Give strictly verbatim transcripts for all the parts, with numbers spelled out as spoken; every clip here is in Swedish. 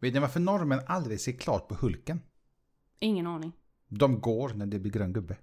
Vet ni varför normen aldrig ser klart på Hulken? Ingen aning. De går när det blir grön gubbe.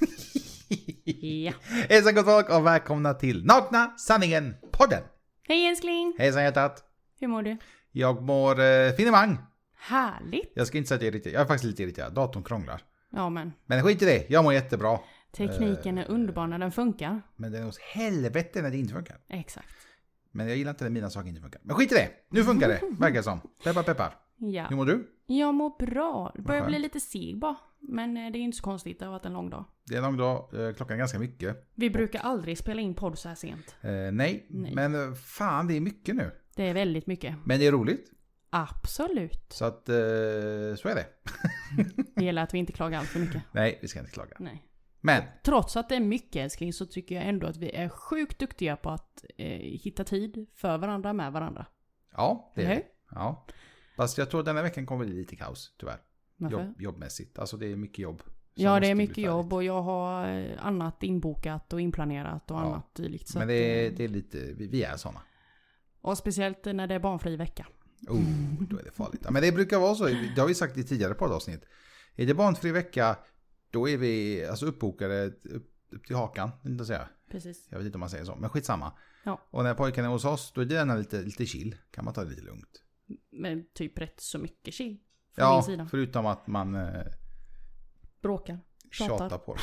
Ja. Hejsan gott folk och välkomna till Nakna Sanningen podden. Hej älskling. Hejsan hjärtat. Hur mår du? Jag mår eh, finemang. Härligt. Jag ska inte säga att jag är irriterad. Jag är faktiskt lite irriterad. Datorn krånglar. Ja men. Men skit i det. Jag mår jättebra. Tekniken är underbar när den funkar. Men det är hos helvete när det inte funkar. Exakt. Men jag gillar inte när mina saker inte funkar. Men skit i det. Nu funkar det. Verkar som. Peppar peppar. Ja. Hur mår du? Jag mår bra. Det börjar Vad bli skönt. lite seg bara. Men eh, det är inte så konstigt. Det har varit en lång dag. Det är en lång dag. Eh, Klockan är ganska mycket. Vi brukar aldrig spela in podd så här sent. Eh, nej. Nej. Men eh, fan det är mycket nu. Det är väldigt mycket. Men det är roligt. Absolut. Så att eh, så är det. Det gäller att vi inte klagar allt för mycket. Nej, vi ska inte klaga. Nej. Men Trots att det är mycket älskling så tycker jag ändå att vi är sjukt duktiga på att eh, hitta tid för varandra med varandra. ja, det är Eller det. Ja. Fast jag tror att denna veckan kommer det lite kaos, tyvärr. Varför? Jobb, jobbmässigt. Alltså det är mycket jobb. som Ja, det måste är bli mycket färdigt. jobb och jag har eh, annat inbokat och inplanerat och Ja. annat dylikt. Så Men att, det är, eh, det är lite, vi, vi är sådana. Och speciellt när det är barnfri vecka. Oh, då är det farligt. Ja, men det brukar vara så, det har vi sagt i tidigare poddavsnitt. Är det barnfri vecka, då är vi alltså uppbokade upp, upp till hakan, inte att säga. Precis. Jag vet inte om man säger så, men skitsamma. Ja. Och när pojken är hos oss, då är det gärna lite, lite chill. Kan man ta det lite lugnt. Men typ rätt så mycket chill. Från Ja, min sida. förutom att man eh, Bråkar. Tjatar. tjatar på det.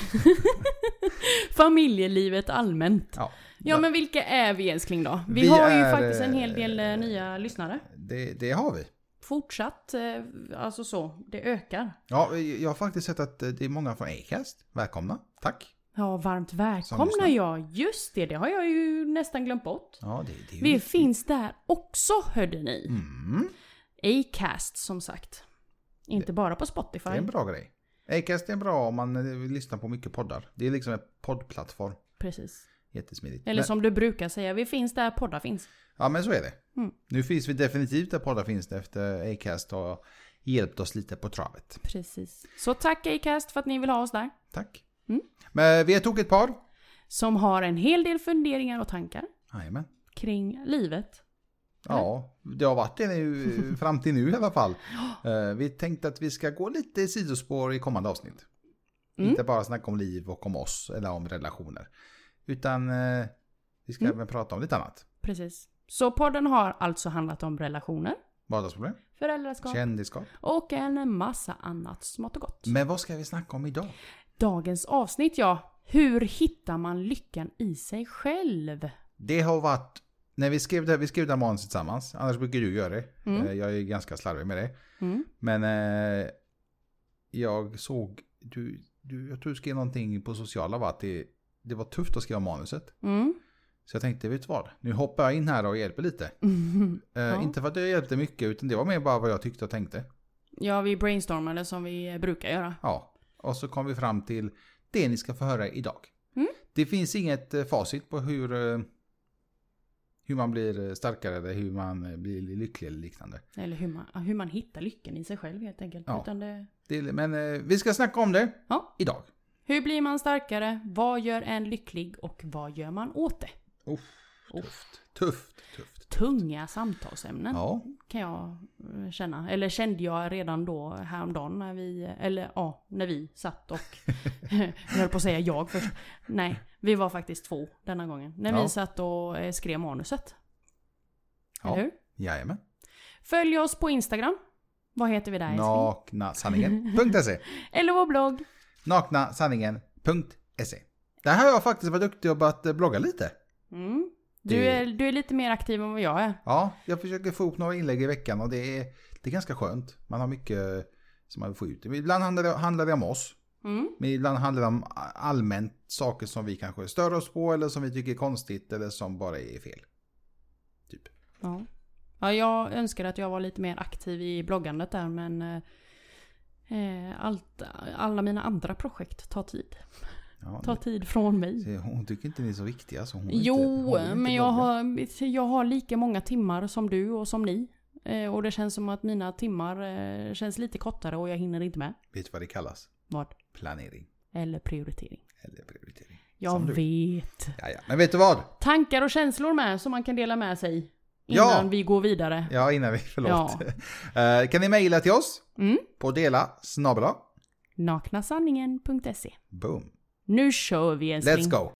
Familjelivet allmänt. Ja, Ja, men vilka är vi älskling då? Vi, Vi har ju är, faktiskt en hel eh, del eh, nya lyssnare. det, det har vi. Fortsatt, eh, alltså så, det ökar. Ja, jag har faktiskt sett att det är många från Acast. Välkomna. Tack. Ja, varmt Som välkomna lyssnar. jag. Just det, det har jag ju nästan glömt bort. Ja, det, det är ju Vi viktigt. finns där också, hörde ni. Mm, Acast som sagt. Inte bara på Spotify. det är en bra grej. Acast är bra om man eh, lyssnar på mycket poddar. Det är liksom en poddplattform. Precis. Jättesmidigt. Eller Men, som du brukar säga, vi finns där poddar finns. ja, men så är det. Mm. Nu finns vi definitivt där poddar finns det efter Acast har hjälpt oss lite på travet. Precis. Så tack Acast för att ni vill ha oss där. Tack. Mm. Men vi har tog ett par. Som har en hel del funderingar och tankar Jajamän. kring livet. Ja, det har varit det nu, fram till nu i alla fall. Eh, vi tänkte att vi ska gå lite sidospår i kommande avsnitt. Mm. Inte bara snacka om liv och om oss eller om relationer. Utan eh, vi ska Mm. även prata om lite annat. Precis. Så podden har alltså handlat om relationer, Vardagsproblem, föräldraskap kändisskap. och en massa annat smått och gott. Men vad ska vi snacka om idag? Dagens avsnitt, ja. Hur hittar man lyckan i sig själv? Det har varit, när vi skrev det, vi skrev det här manuset tillsammans. Annars brukar du göra det. Mm. Eh, jag är ganska slarvig med det. Mm. Men eh, jag såg, du, du, jag tror du skrev någonting på sociala va? Att det, det var tufft att skriva manuset. Mm. Så jag tänkte, vet du vad? Nu hoppar jag in här och hjälper lite. Mm. Eh, Ja. Inte för att jag hjälpte mycket, utan det var mer bara vad jag tyckte och tänkte. Ja, vi brainstormade som vi brukar göra. Ja, och så kom vi fram till det ni ska få höra idag. Mm. Det finns inget eh, facit på hur, eh, hur man blir starkare eller hur man eh, blir lycklig eller liknande. Eller hur man, hur man hittar lyckan i sig själv helt enkelt. Ja. Utan det, Det, är- men eh, vi ska snacka om det Ja. idag. hur blir man starkare? Vad gör en lycklig? Och vad gör man åt det? Uff, tufft, tufft, tufft. Tunga samtalsämnen Ja, kan jag eh, känna. Eller kände jag redan då häromdagen när vi, eller ja, när vi satt och, jag höll på att säga jag först. Nej, vi var faktiskt två denna gången. När Ja. vi satt och eh, skrev manuset. ja. Eller hur? Jajamän. Följ oss på Instagram. Vad heter vi där? älskling? Naknasanningen punkt se Eller vår blogg. Naknasanningen punkt se. Där har jag faktiskt varit duktig och börjat eh, blogga lite. Mm. Du, Det- är, du är lite mer aktiv än vad jag är. Ja, jag försöker få upp några inlägg i veckan och det är, det är ganska skönt. Man har mycket som man vill få ut. Ibland handlar det, handlar det om oss. Mm. Men ibland handlar det om allmänt saker som vi kanske stör oss på eller som vi tycker är konstigt eller som bara är fel. Typ. Ja. Ja, jag önskar att jag var lite mer aktiv i bloggandet där, men eh, allt, alla mina andra projekt tar tid. Ja, Tar tid från mig. det, hon tycker inte ni är så viktiga. Så hon vill Jo, inte, hon vill inte men jag blogga. har, jag har lika många timmar som du och som ni. Eh, och det känns som att mina timmar eh, känns lite kortare och jag hinner inte med. Vet du vad det kallas? Vad? Planering. Eller prioritering. Eller prioritering. Jag Som du. vet. Ja, ja. Men vet du vad? Tankar och känslor med som man kan dela med sig. Innan Ja. vi går vidare. Ja, innan vi, förlåt. Ja. Eh, kan ni mejla till oss Mm. på dela snabel-a. Naknasanningen punkt se. Boom. Nu kör vi en Let's go.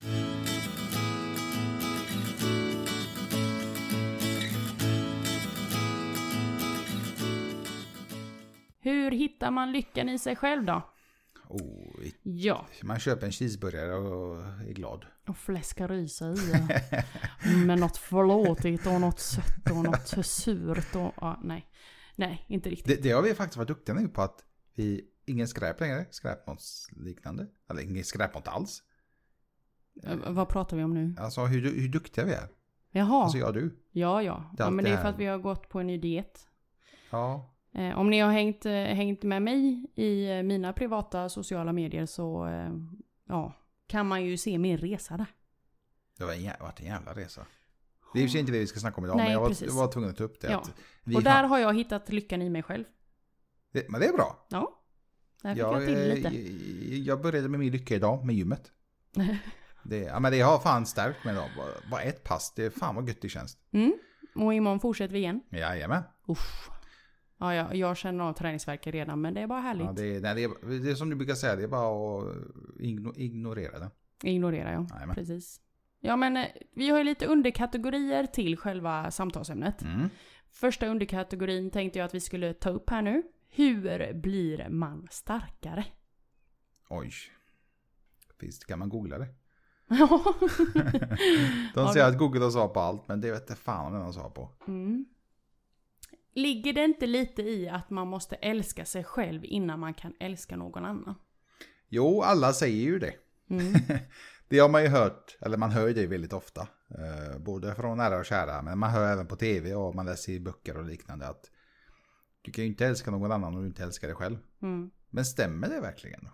Hur hittar man lyckan i sig själv då? Oh, Ja, man köper en cheeseburgare och är glad. och fläskar i sig med något förlåtigt och något sött och något surt och ja, nej. Nej, inte riktigt. Det, det har vi faktiskt varit duktiga nu på att vi, ingen skräp längre, skräpmått liknande. Eller ingen skräpmått alls. Eh, Vad pratar vi om nu? Alltså hur, hur duktiga vi är. Jaha, Alltså jag och du. ja ja. Det är Ja, men det är alltid för här. att vi har gått på en ny diet. Ja. Eh, om ni har hängt, eh, hängt med mig i eh, mina privata sociala medier så eh, ja, kan man ju se min resa där. Det var en, jä- varit en jävla resa. Det är ju inte det vi ska snacka om idag, Nej, men jag var, precis. jag var tvungen att ta upp det. Ja. Att vi Och där har, har jag hittat lyckan i mig själv. det, men det är bra. Ja, där fick Jag, jag till eh, lite. jag, jag började med min lycka idag med gymmet. Det, ja, men det har fan stärkt mig idag. Bara, bara ett pass, det är fan vad gött det känns. Mm. Och imorgon fortsätter vi igen. Jajamän. Uff. Ja, jag, jag känner av träningsvärken redan, men det är bara härligt. Ja, det, nej, det, är, det är som du brukar säga, det är bara att igno, ignorera det. Ignorerar jag. Jajamän. Precis. Ja, men eh, vi har ju lite underkategorier till själva samtalsämnet. Mm. Första underkategorin tänkte jag att vi skulle ta upp här nu. Hur blir man starkare? Oj. Visst kan man googla det. Ja. De säger att Google har svar på allt, men det vet jag fan om den har svar på. Mm. Ligger det inte lite i att man måste älska sig själv innan man kan älska någon annan? Jo, alla säger ju det. Mm. Det har man ju hört, eller man hör ju det väldigt ofta. Eh, både från nära och kära, men man hör även på tv och man läser i böcker och liknande att du kan ju inte älska någon annan om du inte älskar dig själv. Mm. Men stämmer det verkligen?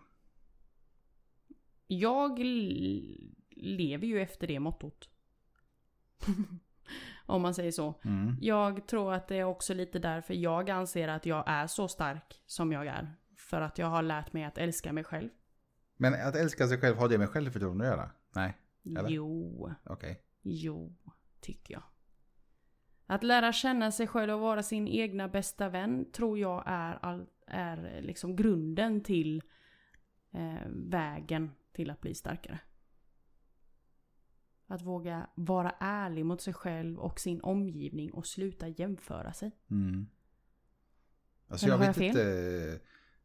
Jag l- lever ju efter det mottot. Om man säger så. Mm. Jag tror att det är också lite därför jag anser att jag är så stark som jag är. För att jag har lärt mig att älska mig själv. Men att älska sig själv, har det med självförtroende att göra? Nej, eller? Jo, Okej. jo, tycker jag. Att lära känna sig själv och vara sin egna bästa vän tror jag är, all, är liksom grunden till eh, vägen till att bli starkare. Att våga vara ärlig mot sig själv och sin omgivning och sluta jämföra sig. Mm. Alltså Eller jag har vet jag inte...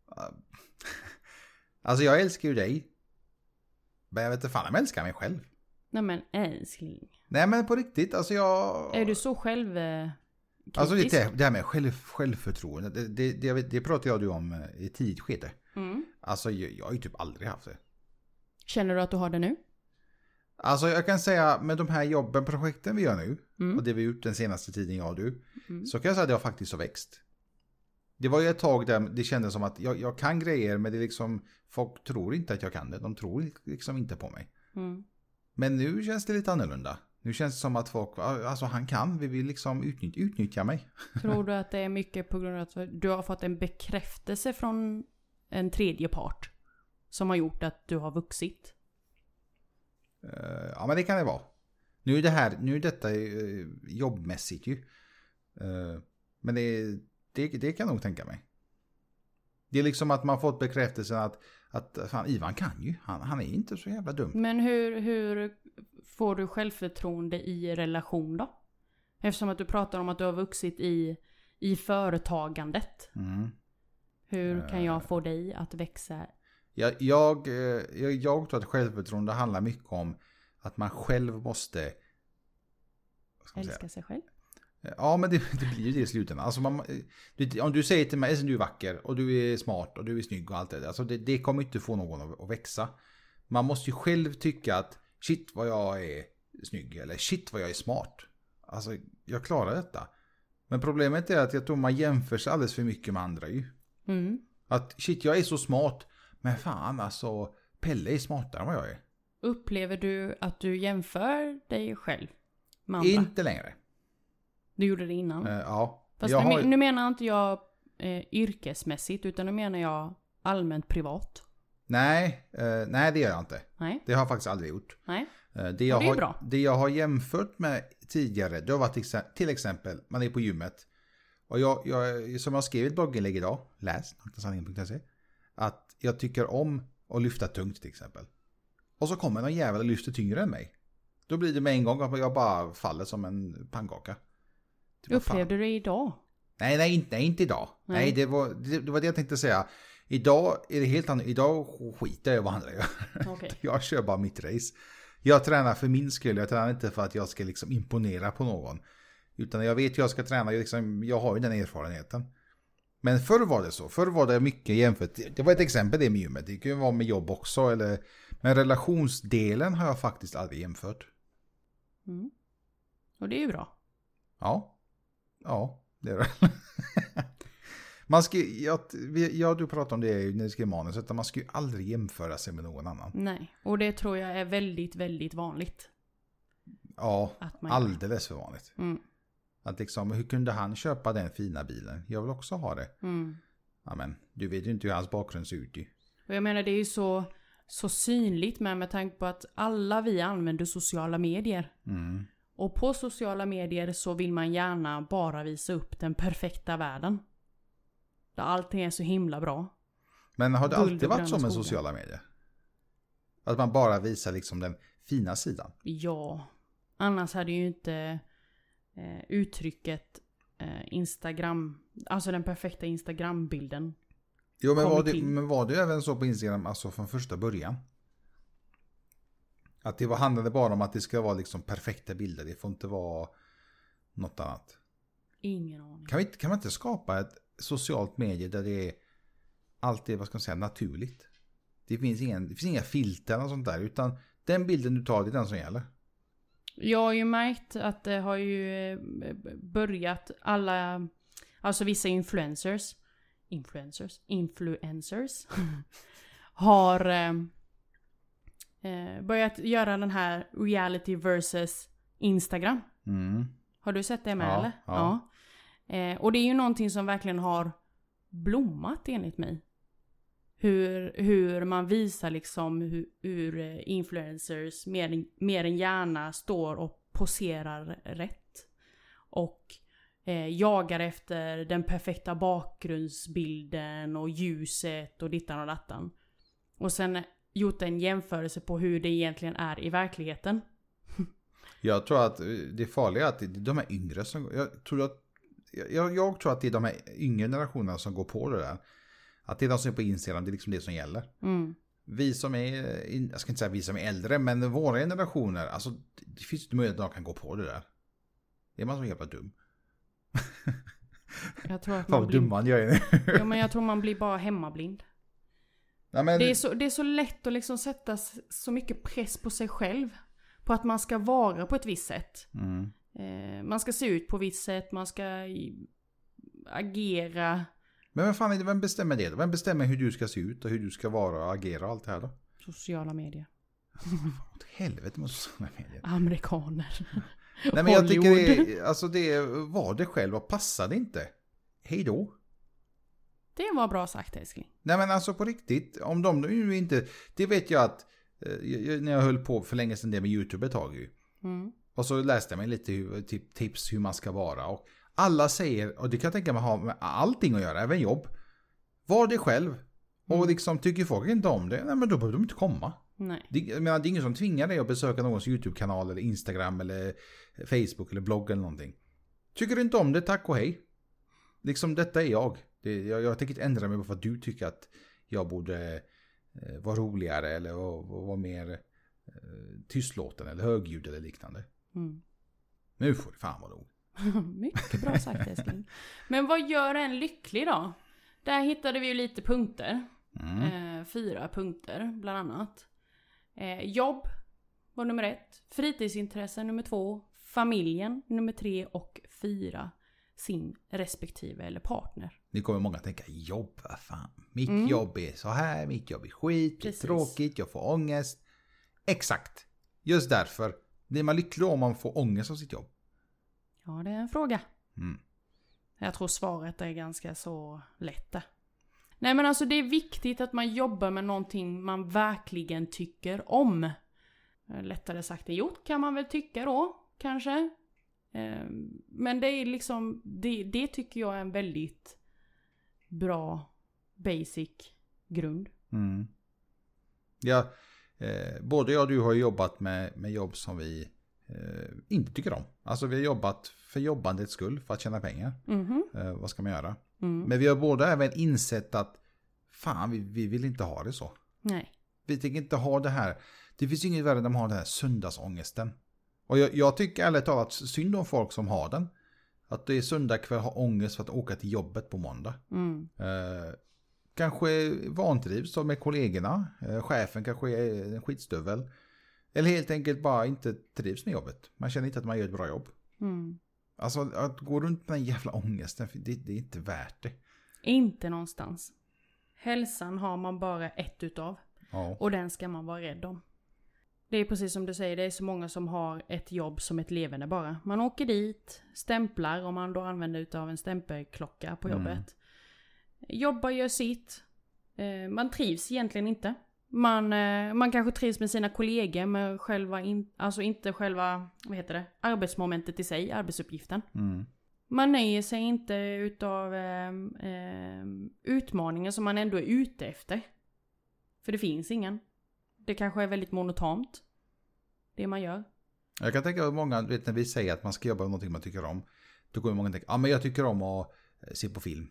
Alltså jag älskar ju dig. Men jag vet inte fan om jag älskar mig själv. Nej men älskling. Nej men på riktigt, alltså jag... Är du så själv... Eh, Alltså kritisk? det, det här med själv, självförtroende, det, det, det, det pratar jag du om i tidigt skede. Mm. Alltså jag, jag har ju typ aldrig haft det. Känner du att du har det nu? Alltså jag kan säga med de här jobben, projekten vi gör nu, Mm. och det vi gjort den senaste tiden jag och du, Mm. så kan jag säga att det har faktiskt så växt. Det var ju ett tag där det kändes som att jag, jag kan grejer, men det är liksom, folk tror inte att jag kan det. De tror liksom inte på mig. Mm. Men nu känns det lite annorlunda. Nu känns det som att folk, alltså han kan, vi vill liksom utnyttja, utnyttja mig. Tror du att det är mycket på grund av att du har fått en bekräftelse från en tredje part som har gjort att du har vuxit? Uh, ja men det kan det vara. Nu är det här, nu är detta uh, jobbmässigt ju. Uh, men det, det, det kan jag nog tänka mig. Det är liksom att man fått bekräftelsen att, att fan, Ivan kan ju. Han, han är inte så jävla dum. Men hur, hur får du självförtroende i relation då? Eftersom att du pratar om att du har vuxit i, i företagandet. Mm. Hur kan jag få dig att växa? Jag, jag, eh, jag, jag tror att självförtroende handlar mycket om att man själv måste... vad ska man säga? Älska sig själv? Ja, men det, det blir ju det i slutändan. Alltså man, det, om du säger till mig att du är vacker och du är smart och du är snygg och allt det där. Alltså det, det kommer inte få någon att, att växa. Man måste ju själv tycka att shit vad jag är snygg eller shit vad jag är smart. Alltså jag klarar detta. Men problemet är att jag tror man jämför sig alldeles för mycket med andra ju. Mm. Att shit jag är så smart. Men fan alltså Pelle är smartare än vad jag är. Upplever du att du jämför dig själv med andra? Inte längre. Du gjorde det innan. Uh, ja. Fast jag nu, har... nu menar inte jag eh, yrkesmässigt utan nu menar jag allmänt privat. Nej, uh, nej det gör jag inte. Nej. Det har jag faktiskt aldrig gjort. Nej. Uh, det, jag det är har, bra. det jag har jämfört med tidigare, det har varit till exempel, man är på gymmet. Och jag, jag som jag skrev ett blogginlägg idag, läs nacktasanningen punkt se, att jag tycker om att lyfta tungt till exempel. Och så kommer någon jävel och lyfter tyngre än mig. Då blir det med en gång att jag bara faller som en pannkaka. Typ, upplevde du det idag? Nej, nej, inte, nej, inte idag. Nej, nej det, var, det, det var det jag tänkte säga. Idag är det helt annat. Idag skiter jag vad andra gör. Okay. Jag kör bara mitt race. Jag tränar för min skull. Jag tränar inte för att jag ska liksom imponera på någon. Utan jag vet att jag ska träna. Jag, liksom, jag har ju den erfarenheten. Men förr var det så. Förr var det mycket jämfört. Det var ett exempel det med gymmet. Det kan ju vara med jobb också. Eller, men relationsdelen har jag faktiskt aldrig jämfört. Mm. Och det är ju bra. Ja. Ja, det är det. Man ska, ja, ja, du pratade om det när du skrev manus, att man ska ju aldrig jämföra sig med någon annan. Nej, och det tror jag är väldigt, väldigt vanligt. Ja, alldeles för vanligt. Mm. Att liksom, hur kunde han köpa den fina bilen? Jag vill också ha det. Mm. Ja, men du vet ju inte hur hans bakgrund ser ut ju. Och jag menar, det är ju så, så synligt med, med tanke på att alla vi använder sociala medier. Mm. Och på sociala medier så vill man gärna bara visa upp den perfekta världen. Där allting är så himla bra. Men har det Guld alltid varit så med sociala medier? Att man bara visar liksom den fina sidan? Ja. Annars hade ju inte eh, uttrycket eh, Instagram, alltså den perfekta Instagram-bilden. Jo, men var, det, men var det även så på Instagram, alltså från första början? Att det var, handlade bara om att det ska vara liksom perfekta bilder. Det får inte vara något annat. Ingen aning. Kan, vi, kan man inte skapa ett socialt medie där det är alltid, vad ska man säga, naturligt? Det finns, ingen, det finns inga filter och sånt där, utan den bilden du tar, det är den som gäller. Jag har ju märkt att det har ju börjat alla, alltså vissa influencers, influencers, influencers har eh, börjat göra den här reality versus Instagram. Mm. Har du sett det med ja, eller? Ja. ja. Eh, och det är ju någonting som verkligen har blommat enligt mig. Hur, hur man visar liksom hur, hur influencers mer, mer än gärna står och poserar rätt. Och eh, jagar efter den perfekta bakgrundsbilden och ljuset och dittan och dattan. Och sen gjort en jämförelse på hur det egentligen är i verkligheten. Jag tror att det farliga är att det är de här yngre som... Jag tror att, jag, jag tror att det är de här yngre generationerna som går på det där. Att det är de som är på Instagram, det är liksom det som gäller. Mm. Vi som är, jag ska inte säga vi som är äldre, men våra generationer, alltså det finns inte möjlighet att de kan gå på det där. Det är man så jävla dum. Jag tror att man man blir... dum man gör det. Ja, men jag tror man blir bara hemmablind. Ja, men... det, är så, det är så lätt att liksom sätta så mycket press på sig själv. På att man ska vara på ett visst sätt. Mm. Eh, man ska se ut på ett visst sätt, man ska agera... Men vem fan är det, vem bestämmer det? Vem bestämmer hur du ska se ut och hur du ska vara och agera och allt det här då? Sociala medier. Åt helvete med sociala medier. Amerikaner. Nej, men jag tycker det, alltså det var det själv och passade inte. Hej då. Det var bra sagt, älskling. Nej, men alltså på riktigt, om de nu inte, det vet jag att eh, när jag höll på för länge sedan det med YouTube ett tag ju. Mm. Och så läste jag mig lite hur, typ, tips hur man ska vara och alla säger, och det kan jag tänka mig ha med allting att göra, även jobb. Var det själv. Och mm. liksom tycker folk inte om det, nej men då behöver de inte komma. Nej. Det, jag menar, det är ingen som tvingar dig att besöka någons YouTube-kanal eller Instagram eller Facebook eller blogg eller någonting. Tycker du inte om det, tack och hej. Liksom detta är jag. Det, jag, jag tänker inte ändra mig för att du tycker att jag borde eh, vara roligare eller vara, vara mer eh, tystlåten eller högljudd eller liknande. Mm. Nu får det fan vara nog. Mycket bra sagt, älskling. Men vad gör en lycklig då? Där hittade vi ju lite punkter. Mm. Eh, fyra punkter bland annat. Eh, jobb var nummer ett. Fritidsintressen nummer två. Familjen nummer tre. Och fyra. Sin respektive eller partner. Nu kommer många att tänka, jobb, vad fan. Mitt Mm. jobb är så här, mitt jobb är skit, det är tråkigt, jag får ångest. Exakt. Just därför blir man lycklig om man får ångest av sitt jobb. Ja, det är en fråga. Mm. Jag tror svaret är ganska så lätt. Nej, men alltså det är viktigt att man jobbar med någonting man verkligen tycker om. Lättare sagt än gjort kan man väl tycka då, kanske. Eh, men det är liksom, det, det tycker jag är en väldigt bra basic grund. Mm. Ja, eh, både jag och du har jobbat med, med jobb som vi eh, inte tycker om. Alltså vi har jobbat för jobbandets skull, för att tjäna pengar. Mm-hmm. Eh, vad ska man göra? Mm. Men vi har båda även insett att fan, vi, vi vill inte ha det så. Nej. Vi tänker inte ha det här. Det finns inget värre än de har den här söndagsångesten. Och jag, jag tycker ärligt talat synd om folk som har den. Att det är söndag kväll har ångest för att åka till jobbet på måndag. Mm. Eh, kanske vantrivs med kollegorna. Eh, chefen kanske är en skitstövel. Eller helt enkelt bara inte trivs med jobbet. Man känner inte att man gör ett bra jobb. Mm. Alltså att gå runt med den jävla ångesten, det, det är inte värt det. Inte någonstans. Hälsan har man bara ett utav. Ja. Och den ska man vara rädd om. Det är precis som du säger, det är så många som har ett jobb som ett levande bara. Man åker dit, stämplar, om man då använder utav en stämpelklocka på jobbet. Mm. Jobbar, gör sitt. Eh, man trivs egentligen inte. Man, eh, man kanske trivs med sina kollegor, men själva in, alltså inte själva, vad heter det, arbetsmomentet i sig, arbetsuppgiften. Mm. Man nöjer sig inte utav eh, eh, utmaningar som man ändå är ute efter. För det finns ingen. Det kanske är väldigt monotont, det man gör. Jag kan tänka att många, vet, när vi säger att man ska jobba med någonting man tycker om, då kommer många tänka, ja ah, men jag tycker om att se på film.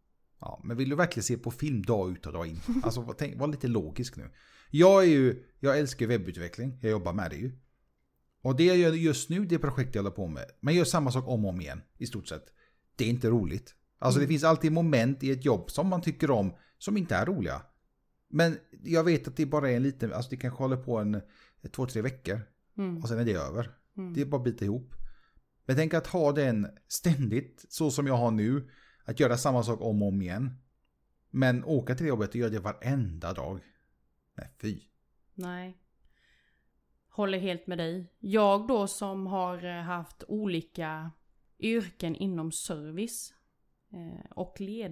Ja, men vill du verkligen se på film dag ut och dag in? Alltså tänk, var lite logisk nu. Jag är ju, jag älskar webbutveckling, jag jobbar med det ju. Och det jag gör just nu, det projekt jag håller på med, man gör samma sak om och om igen, i stort sett. Det är inte roligt. Alltså mm. det finns alltid moment i ett jobb som man tycker om, som inte är roliga. Men jag vet att det bara är en liten, alltså det kanske håller på en två, tre veckor. Mm. Och sen är det över. Mm. Det är bara att bita ihop. Men tänk att ha den ständigt, så som jag har nu. Att göra samma sak om och om igen. Men åka till jobbet och göra det varenda dag. Nej, fy. Nej. Håller helt med dig. Jag då som har haft olika yrken inom service. Eh, och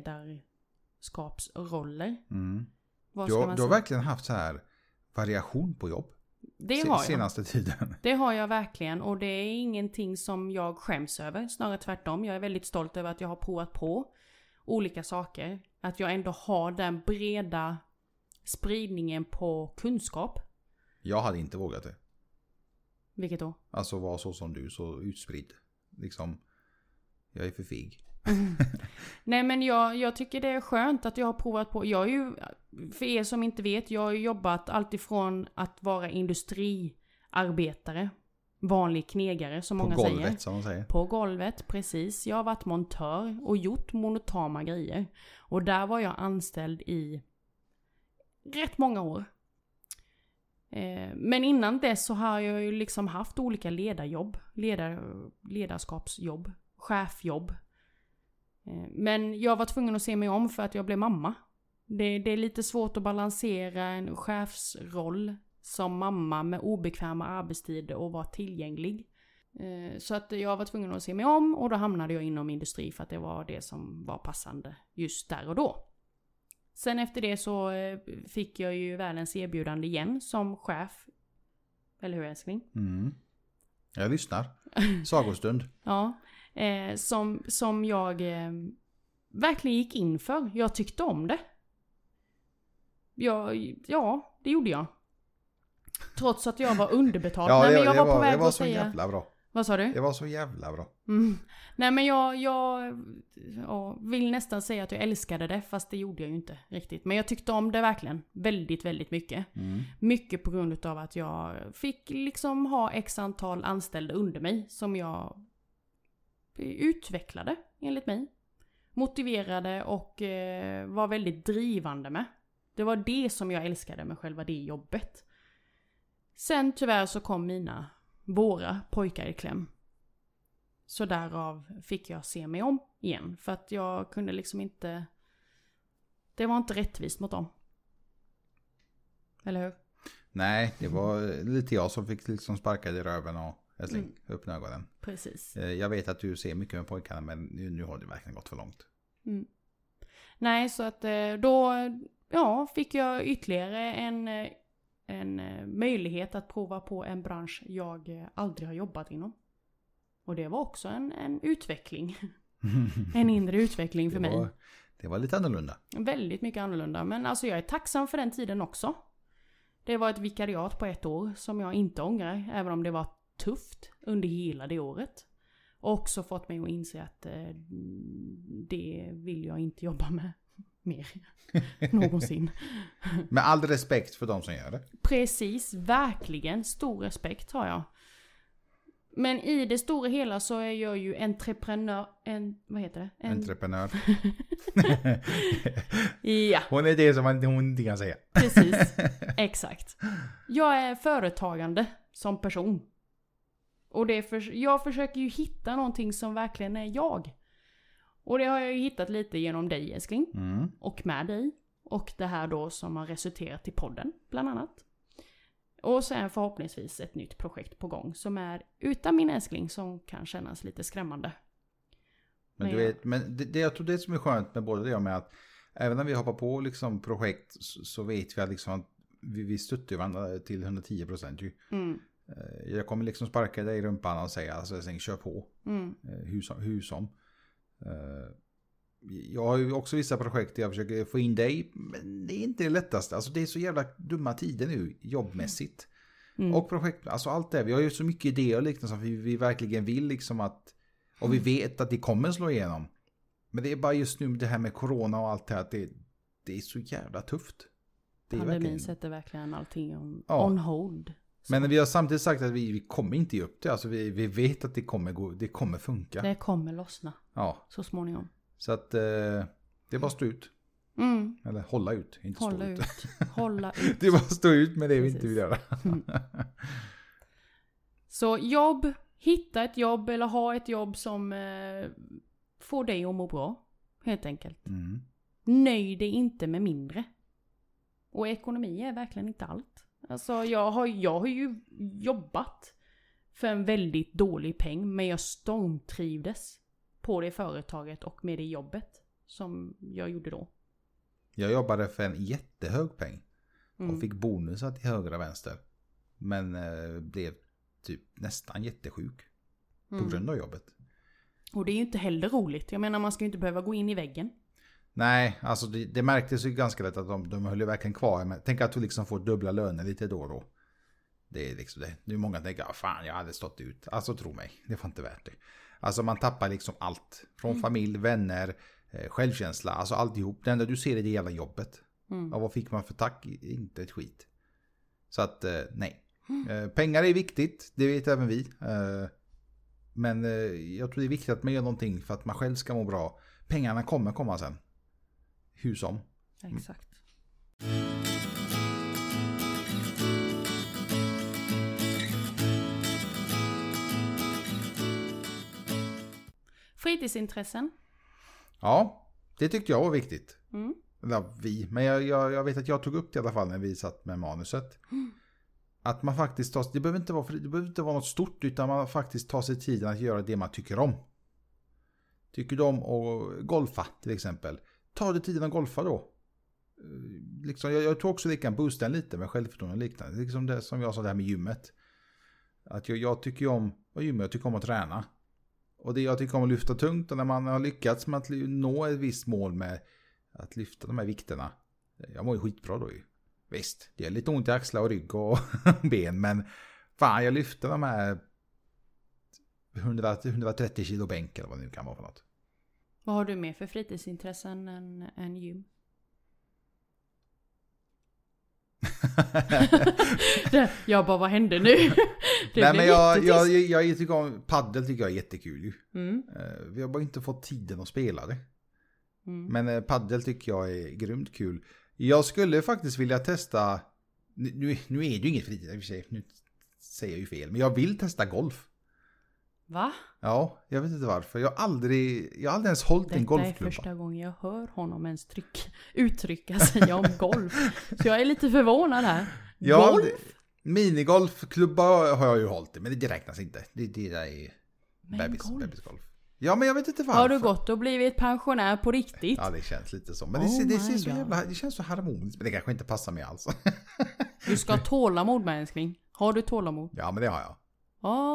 ledarskapsroller. Mm. Du, du har verkligen haft så här variation på jobb. Det har jag. Senaste tiden. Det har jag verkligen. Och det är ingenting som jag skäms över. Snarare tvärtom. Jag är väldigt stolt över att jag har provat på olika saker. Att jag ändå har den breda spridningen på kunskap. Jag hade inte vågat det. Vilket då? Alltså vara så som du, så utspridd. Liksom, jag är för fig. Mm. Nej men jag, jag tycker det är skönt att jag har provat på. Jag är ju, för er som inte vet, jag har jobbat alltifrån att vara industriarbetare, vanlig knegare som många säger. På golvet som man säger. På golvet, precis. Jag har varit montör och gjort monotama grejer. Och där var jag anställd i rätt många år. Eh, men innan dess så har jag ju liksom haft olika ledarjobb, ledar, ledarskapsjobb, chefjobb. Men jag var tvungen att se mig om för att jag blev mamma. Det, det är lite svårt att balansera en chefsroll som mamma med obekväma arbetstider och vara tillgänglig. Så att jag var tvungen att se mig om och då hamnade jag inom industri för att det var det som var passande just där och då. Sen efter det så fick jag ju världens erbjudande igen som chef. Eller hur älskling? Mm. Jag lyssnar. Sagostund. Ja. Eh, som, som jag eh, verkligen gick in för. Jag tyckte om det. Jag, ja, det gjorde jag. Trots att jag var underbetald. Ja, Nej, men jag, jag det var, var på väg det var att så säga... jävla bra. Vad sa du? Det var så jävla bra. Mm. Nej men jag, jag ja, vill nästan säga att jag älskade det. Fast det gjorde jag ju inte riktigt. Men jag tyckte om det verkligen. Väldigt, väldigt mycket. Mm. Mycket på grund av att jag fick liksom ha x antal anställda under mig. Som jag utvecklade enligt mig. Motiverade och eh, var väldigt drivande med. Det var det som jag älskade med själva det jobbet. Sen tyvärr så kom mina, våra pojkar i kläm. Så därav fick jag se mig om igen. För att jag kunde liksom inte... Det var inte rättvist mot dem. Eller hur? Nej, det var lite jag som fick liksom sparka i röven och jag släng, mm. öppna ögonen. Precis. Jag vet att du ser mycket med pojkarna, men nu, nu har det verkligen gått för långt. Mm. Nej, så att då ja, fick jag ytterligare en, en möjlighet att prova på en bransch jag aldrig har jobbat inom. Och det var också en, en utveckling. En inre utveckling för det var, mig. Det var lite annorlunda. Väldigt mycket annorlunda. Men alltså jag är tacksam för den tiden också. Det var ett vikariat på ett år som jag inte ångrar. Även om det var tufft under hela det året. Och också fått mig att inse att eh, det vill jag inte jobba med mer. Någonsin. Med all respekt för de som gör det. Precis, verkligen. Stor respekt har jag. Men i det stora hela så är jag ju entreprenör. En, vad heter det? En... Entreprenör. Ja. Hon är det som man, hon inte kan säga. Precis, exakt. Jag är företagande som person. Och det är för, jag försöker ju hitta någonting som verkligen är jag. Och det har jag ju hittat lite genom dig, älskling. Mm. Och med dig. Och det här då som har resulterat i podden, bland annat. Och sen förhoppningsvis ett nytt projekt på gång som är utan min älskling som kan kännas lite skrämmande. Men, men du vet, men det, det, jag tror det som är skönt med både det och med att även när vi hoppar på liksom projekt så, så vet vi att liksom att vi, vi stöttar varandra till hundratio procent ju. Mm. Jag kommer liksom sparka dig i rumpan och säga alltså, jag kör på. Mm. Hur som. Hur som. Jag har ju också vissa projekt där jag försöker få in dig, men det är inte det lättaste. Alltså det är så jävla dumma tider nu, jobbmässigt. Mm. Och projekt, alltså allt det. Vi har ju så mycket idéer liksom, som vi, vi verkligen vill liksom att, och vi vet att det kommer slå igenom. Men det är bara just nu det här med corona och allt det här, att det, det är så jävla tufft. Det är Pandemin verkligen... sätter verkligen allting on, ja. on hold. Så. Men vi har samtidigt sagt att vi, vi kommer inte ge upp det. Alltså vi, vi vet att det kommer, gå, det kommer funka. Det kommer lossna. Ja. Så småningom. Så att eh, det är bara stå ut. Mm. Eller hålla ut, inte hålla stå ut. ut. Hålla ut. Det är bara stå ut med det vi Precis. inte vill göra. Mm. Så jobb, hitta ett jobb eller ha ett jobb som eh, får dig att må bra. Helt enkelt. Mm. Nöj dig inte med mindre. Och ekonomi är verkligen inte allt. Alltså jag har, jag har ju jobbat för en väldigt dålig peng, men jag stormtrivdes på det företaget och med det jobbet som jag gjorde då. Jag jobbade för en jättehög peng och Mm. fick bonusar till höger och vänster. Men eh, blev typ nästan jättesjuk på Mm. grund av jobbet. Och det är ju inte heller roligt. Jag menar, man ska ju inte behöva gå in i väggen. Nej, alltså det, det märktes ju ganska lätt att de, de höll ju verkligen kvar. Men tänk att du liksom får dubbla löner lite då och då. Det är liksom det. Nu många tänker, ah, fan jag hade stått ut. Alltså tro mig, det var inte värt det. Alltså man tappar liksom allt. Från mm. familj, vänner, eh, självkänsla. Alltså alltihop. Det enda du ser är det jävla jobbet. Mm. Och vad fick man för tack? Inte ett skit. Så att eh, nej. Mm. Eh, pengar är viktigt, det vet även vi. Eh, men eh, jag tror det är viktigt att man gör någonting för att man själv ska må bra. Pengarna kommer komma sen. Hur som. Exakt. Fritidsintressen. Ja, det tyckte jag var viktigt. Mm. Eller vi, men jag, jag, jag vet att jag tog upp det i alla fall när vi satt med manuset. Mm. Att man faktiskt tar, det behöver inte vara, det behöver inte vara något stort, utan man faktiskt tar sig tiden att göra det man tycker om. Tycker du om att golfa till exempel? Ta dig tiden att golfa då. Liksom, jag, jag tror också det kan boosta en lite med självförtroende och liknande. Liksom det som jag sa det här med gymmet. Att jag, jag tycker om att gymma, jag tycker om att träna. Och det jag tycker om att lyfta tungt, och när man har lyckats med att nå ett visst mål med att lyfta de här vikterna. Jag mår ju skitbra då ju. Visst, det är lite ont i axlar och rygg och ben, men fan jag lyfter de här hundra till hundratrettio kilo bänk eller vad det nu kan vara för något. Vad har du med för fritidsintressen än, än gym? Jag bara, vad hände nu? Det Nej, men jag, jag, jag, jag tycker om paddel, tycker jag är jättekul ju. Mm. Vi har bara inte fått tiden att spela det. Mm. Men paddel tycker jag är grymt kul. Jag skulle faktiskt vilja testa, nu, nu är det ju inget fritid i och för sig, nu säger jag ju fel, men jag vill testa golf. Va? Ja, jag vet inte varför. Jag har aldrig, jag har aldrig ens hållit Detta en golfklubba. Detta är första gången jag hör honom ens tryck, uttrycka sig om golf. Så jag är lite förvånad här. Ja, golf? Det, minigolfklubba har jag ju hållit, men det räknas inte. Det, det där är bebis, golf. bebisgolf. Ja, men jag vet inte varför. Har du gått och blivit pensionär på riktigt? Ja, det känns lite så. Men oh det, det, ser så God. jävla, det känns så harmoniskt. Men det kanske inte passar mig alls. Du ska ha tålamod med älskling. Har du tålamod? Ja, men det har jag. Åh, oh,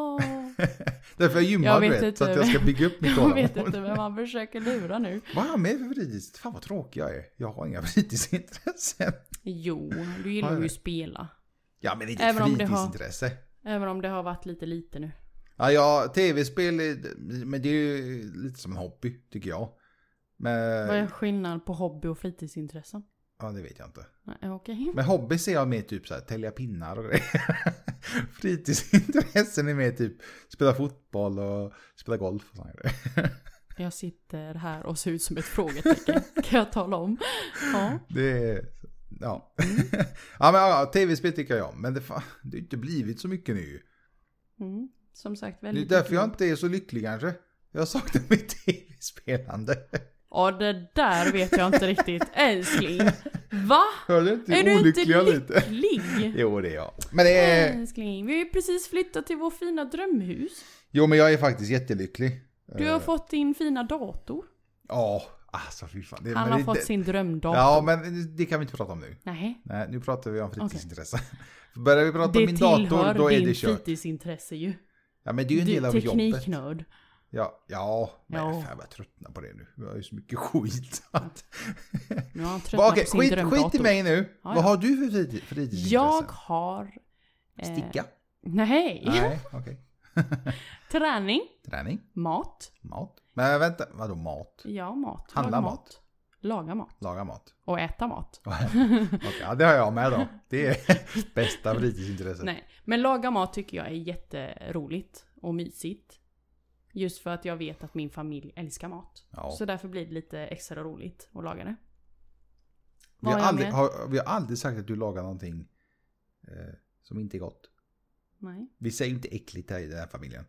Därför jag gymmar, Jag du vet vet, inte. så att jag ska bygga upp mitt Jag vet tålamod. inte vem man försöker lura nu. Vad har jag med för fritids? Fan vad tråkig jag är. Jag har inga fritidsintressen. Jo, du gillar Har jag ju det? att spela. Ja, men inte Även ett om det har- fritidsintresse. Även om det har varit lite lite nu. Ja, ja, tv-spel, är- men det är ju lite som en hobby, tycker jag. Men, Vad är skillnad på hobby och fritidsintressen? ja, det vet jag inte. Nej, okej. Men hobby ser jag med typ så här, tälja pinnar och grejer. Fritidsintressen är med typ spela fotboll och spela golf och sånt grejer. Jag sitter här och ser ut som ett frågetecken. Kan jag tala om? Ja. Det är, ja. Ja, men ja, tv-spel tycker jag om. Men det, fan, det har inte blivit så mycket nu. Mm. Som sagt Det är väldigt därför jag mycket. inte är så lycklig kanske. Jag saknar mitt tv-spelande. Ja, det där vet jag inte riktigt. Älskling. Va? Hör du inte Är du inte olyckliga lite? lycklig? Jo, det är jag. Men det är... Älskling, vi har ju precis flyttat till vår fina drömhus. Jo, men jag är faktiskt jättelycklig. Du har Eh, fått din fina dator. Ja, alltså fy fan. Det, Han men har det, fått det, sin drömdator. Ja, men det kan vi inte prata om nu. Nej. Nej, nu pratar vi om fritidsintresse. Börjar vi prata om Det min dator, tillhör då är din det kört. fritidsintresse ju. Ja, men det är ju en Du del av jobbet. tekniknörd. Ja, ja, men Ja. fan, jag börjar tröttna på det nu. Jag har ju så mycket skit. Att... Nu har han tröttnat Okej, på sin skit, drömdator. skit i mig nu. Ja, Vad ja. har du för fritid, fritidsintresse? Jag har... eh, Sticka? Nej. Nej, okej. Träning. Träning? Mat. Mat? Men vänta, vadå mat? Ja, mat. Handla Laga mat. Laga mat. Laga mat? Och äta mat. Okej, ja, det har jag med då. Det är bästa fritidsintresset. Nej, men laga mat tycker jag är jätteroligt och mysigt. Just för att jag vet att min familj älskar mat. Ja. Så därför blir det lite extra roligt att laga det. Vi har, Vad har jag aldrig, med? har, vi har aldrig sagt att du lagar någonting eh, som inte är gott. Nej. Vi säger inte äckligt här i den här familjen.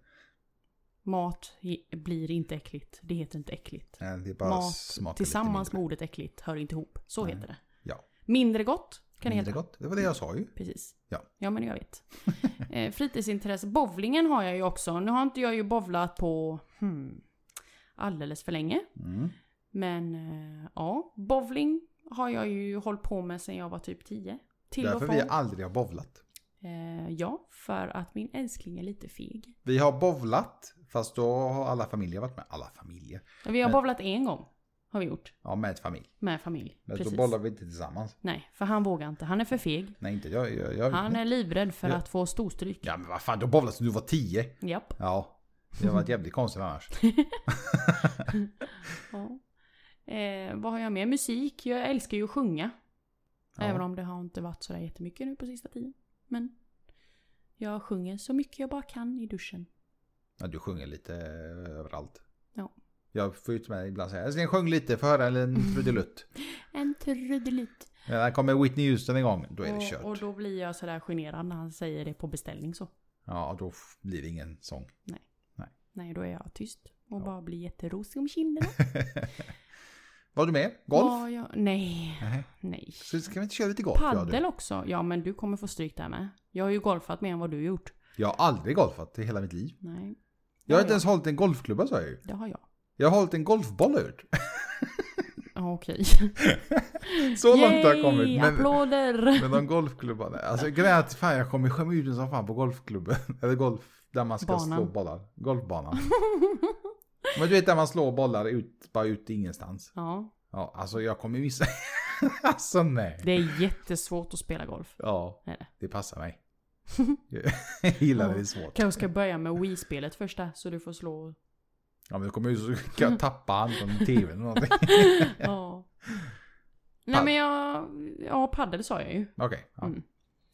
Mat i- blir inte äckligt. Det heter inte äckligt. Nej, det är bara Mat smakar tillsammans lite med ordet äckligt hör inte ihop. Så Nej. heter det. Ja. Mindre gott kan det Mindre heta. gott. Det var det jag sa ju. Precis. Ja. Ja, men jag vet. eh, fritidsintresse. Bowlingen har jag ju också. Nu har inte jag ju bowlat på hmm, alldeles för länge. Mm. Men eh, ja, bowling har jag ju hållit på med sedan jag var typ tio. Till Därför och från. vi aldrig har bovlat. Eh, ja, för att min älskling är lite feg. Vi har bovlat, fast då har alla familjer varit med. Alla familjer. Vi har Men- bowlat en gång. Har vi gjort. Ja, med ett familj. Med familj. Men Precis. då bollar vi inte tillsammans. Nej, för han vågar inte. Han är för feg. Nej, inte jag. jag, jag Han är livrädd för Ja. att få storstryk. Ja, men vad fan, du bovlade så du var tio. Japp. Ja, det har varit jävligt konstigt annars. Ja. Eh, vad har jag med? Musik. Jag älskar ju att sjunga. Ja. Även om det har inte varit sådär jättemycket nu på sista tiden. Men jag sjunger så mycket jag bara kan i duschen. Ja, du sjunger lite överallt. Ja. Jag får ut med ibland säga, jag ska sjung lite för höra en trudelutt. En trudelutt. Ja, där kommer Whitney Houston igång, då är det Och, kört. och då blir jag sådär generad när han säger det på beställning så. Ja, då f- blir det ingen sång. Nej, då är jag tyst. Och Ja. bara blir jätterosig om kinderna. Var du med? Golf? Var jag... Nej. Nej. Nej. Så ska vi inte köra lite golf? jag och du? Paddel också. Ja, men du kommer få stryk där med. Jag har ju golfat mer än vad du har gjort. Jag har aldrig golfat i hela mitt liv. Nej. Jag har Ja, inte ens hållit en golfklubba, sa jag ju. Det har jag. Jag har hållit en golfboll ut. Ja, okej. Så långt har jag kommit. Yay, Men, applåder! men de golfklubbarna. Alltså grejen är att fan, jag kommer skämma ut en som fan på golfklubben. Eller golf, där man ska Banan. slå bollar. Golfbanan. Men du vet där man slår bollar ut, bara ut i ingenstans. Ja, Ja, alltså jag kommer missa. Alltså nej. det är jättesvårt att spela golf. Ja, Är det? det passar mig. Jag gillar det, det är svårt. Kanske ska börja med Wii-spelet först där, så du får slå... Ja, men då kommer jag så kan jag tappa han från tvn eller någonting. Ja. Nej, men jag... Ja, paddel sa jag ju. Okej, ja. Mm.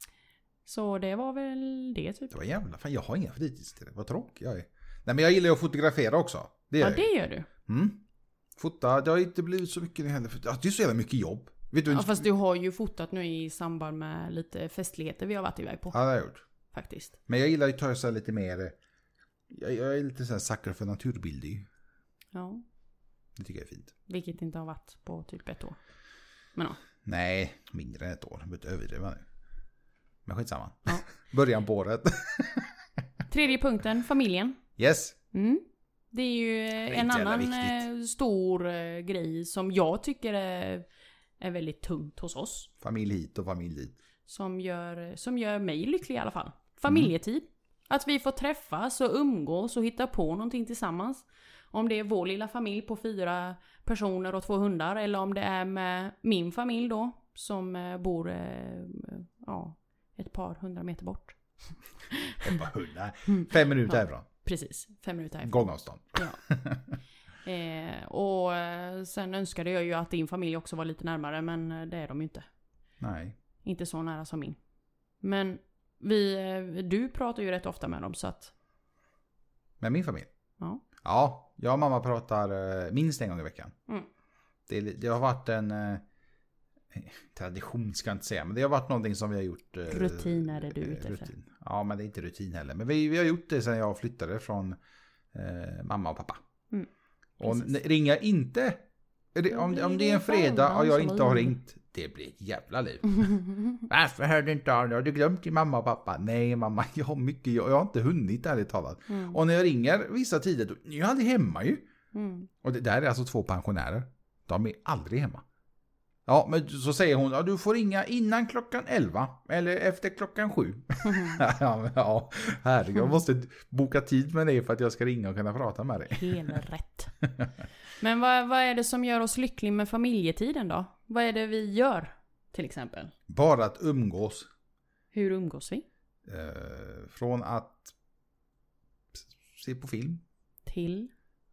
Så det var väl det typ. Det var jävla fan, jag har inga fritidstider. Vad tråkig jag är. Nej, men jag gillar ju att fotografera också. Det gör Ja, jag ju. det gör du. Mm. Fota, det har inte blivit så mycket heller. För det är så jävla mycket jobb. Vet du? Ja, fast du har ju fotat nu i samband med lite festligheter vi har varit iväg på. Ja, det har jag gjort. Faktiskt. Men jag gillar ju att ta så här lite mer. Jag, jag är lite så här sucker för naturbilder ju. Ja. Det tycker jag är fint. Vilket inte har varit på typ ett år. Men ja. Nej, mindre än ett år. Jag behöver inte överdriva nu. Men skitsamma. Ja. Början på året. Tredje punkten, familjen. Yes. Mm. Det är ju är en inte jävla annan viktigt. eh, stor eh, grej som jag tycker är, är väldigt tungt hos oss. Familj hit och familj dit. Som gör, som gör mig lycklig i alla fall. Familjetid. Att vi får träffas och umgås och hitta på någonting tillsammans. Om det är vår lilla familj på fyra personer och två hundar. Eller om det är med min familj då. Som bor eh, ja, ett par hundra meter bort. Ett par hundra. Fem minuter ja, härifrån. Precis, fem minuter härifrån. Gångavstånd. Ja. Eh, och sen önskade jag ju att din familj också var lite närmare. Men det är de ju inte. Nej. Inte så nära som min. Men vi, du pratar ju rätt ofta med dem så att... Med min familj? Ja. Ja, jag och mamma pratar minst en gång i veckan. Mm. Det, det har varit en... Tradition ska jag inte säga, men det har varit någonting som vi har gjort. Rutin är det du ute efter. Ja, men det är inte rutin heller. Men vi, vi har gjort det sedan jag flyttade från eh, mamma och pappa. Mm, och ringa inte. Om, om det är en fredag och jag inte har ringt, det blir ett jävla liv. Varför hörde inte av dig? Har du glömt din mamma och pappa? Nej mamma, jag har mycket, jag, jag har inte hunnit ärligt talat. Mm. Och när jag ringer vissa tider, då, jag är aldrig hemma ju. Mm. Och det där är alltså två pensionärer. De är aldrig hemma. Ja, men så säger hon, ja, du får ringa innan klockan elva eller efter klockan sju. Mm. ja, ja, herregud, jag måste boka tid med dig för att jag ska ringa och kunna prata med dig. Helt rätt. Men vad, vad är det som gör oss lyckliga med familjetiden då? Vad är det vi gör till exempel? Bara att umgås. Hur umgås vi? Eh, från att se på film. Till?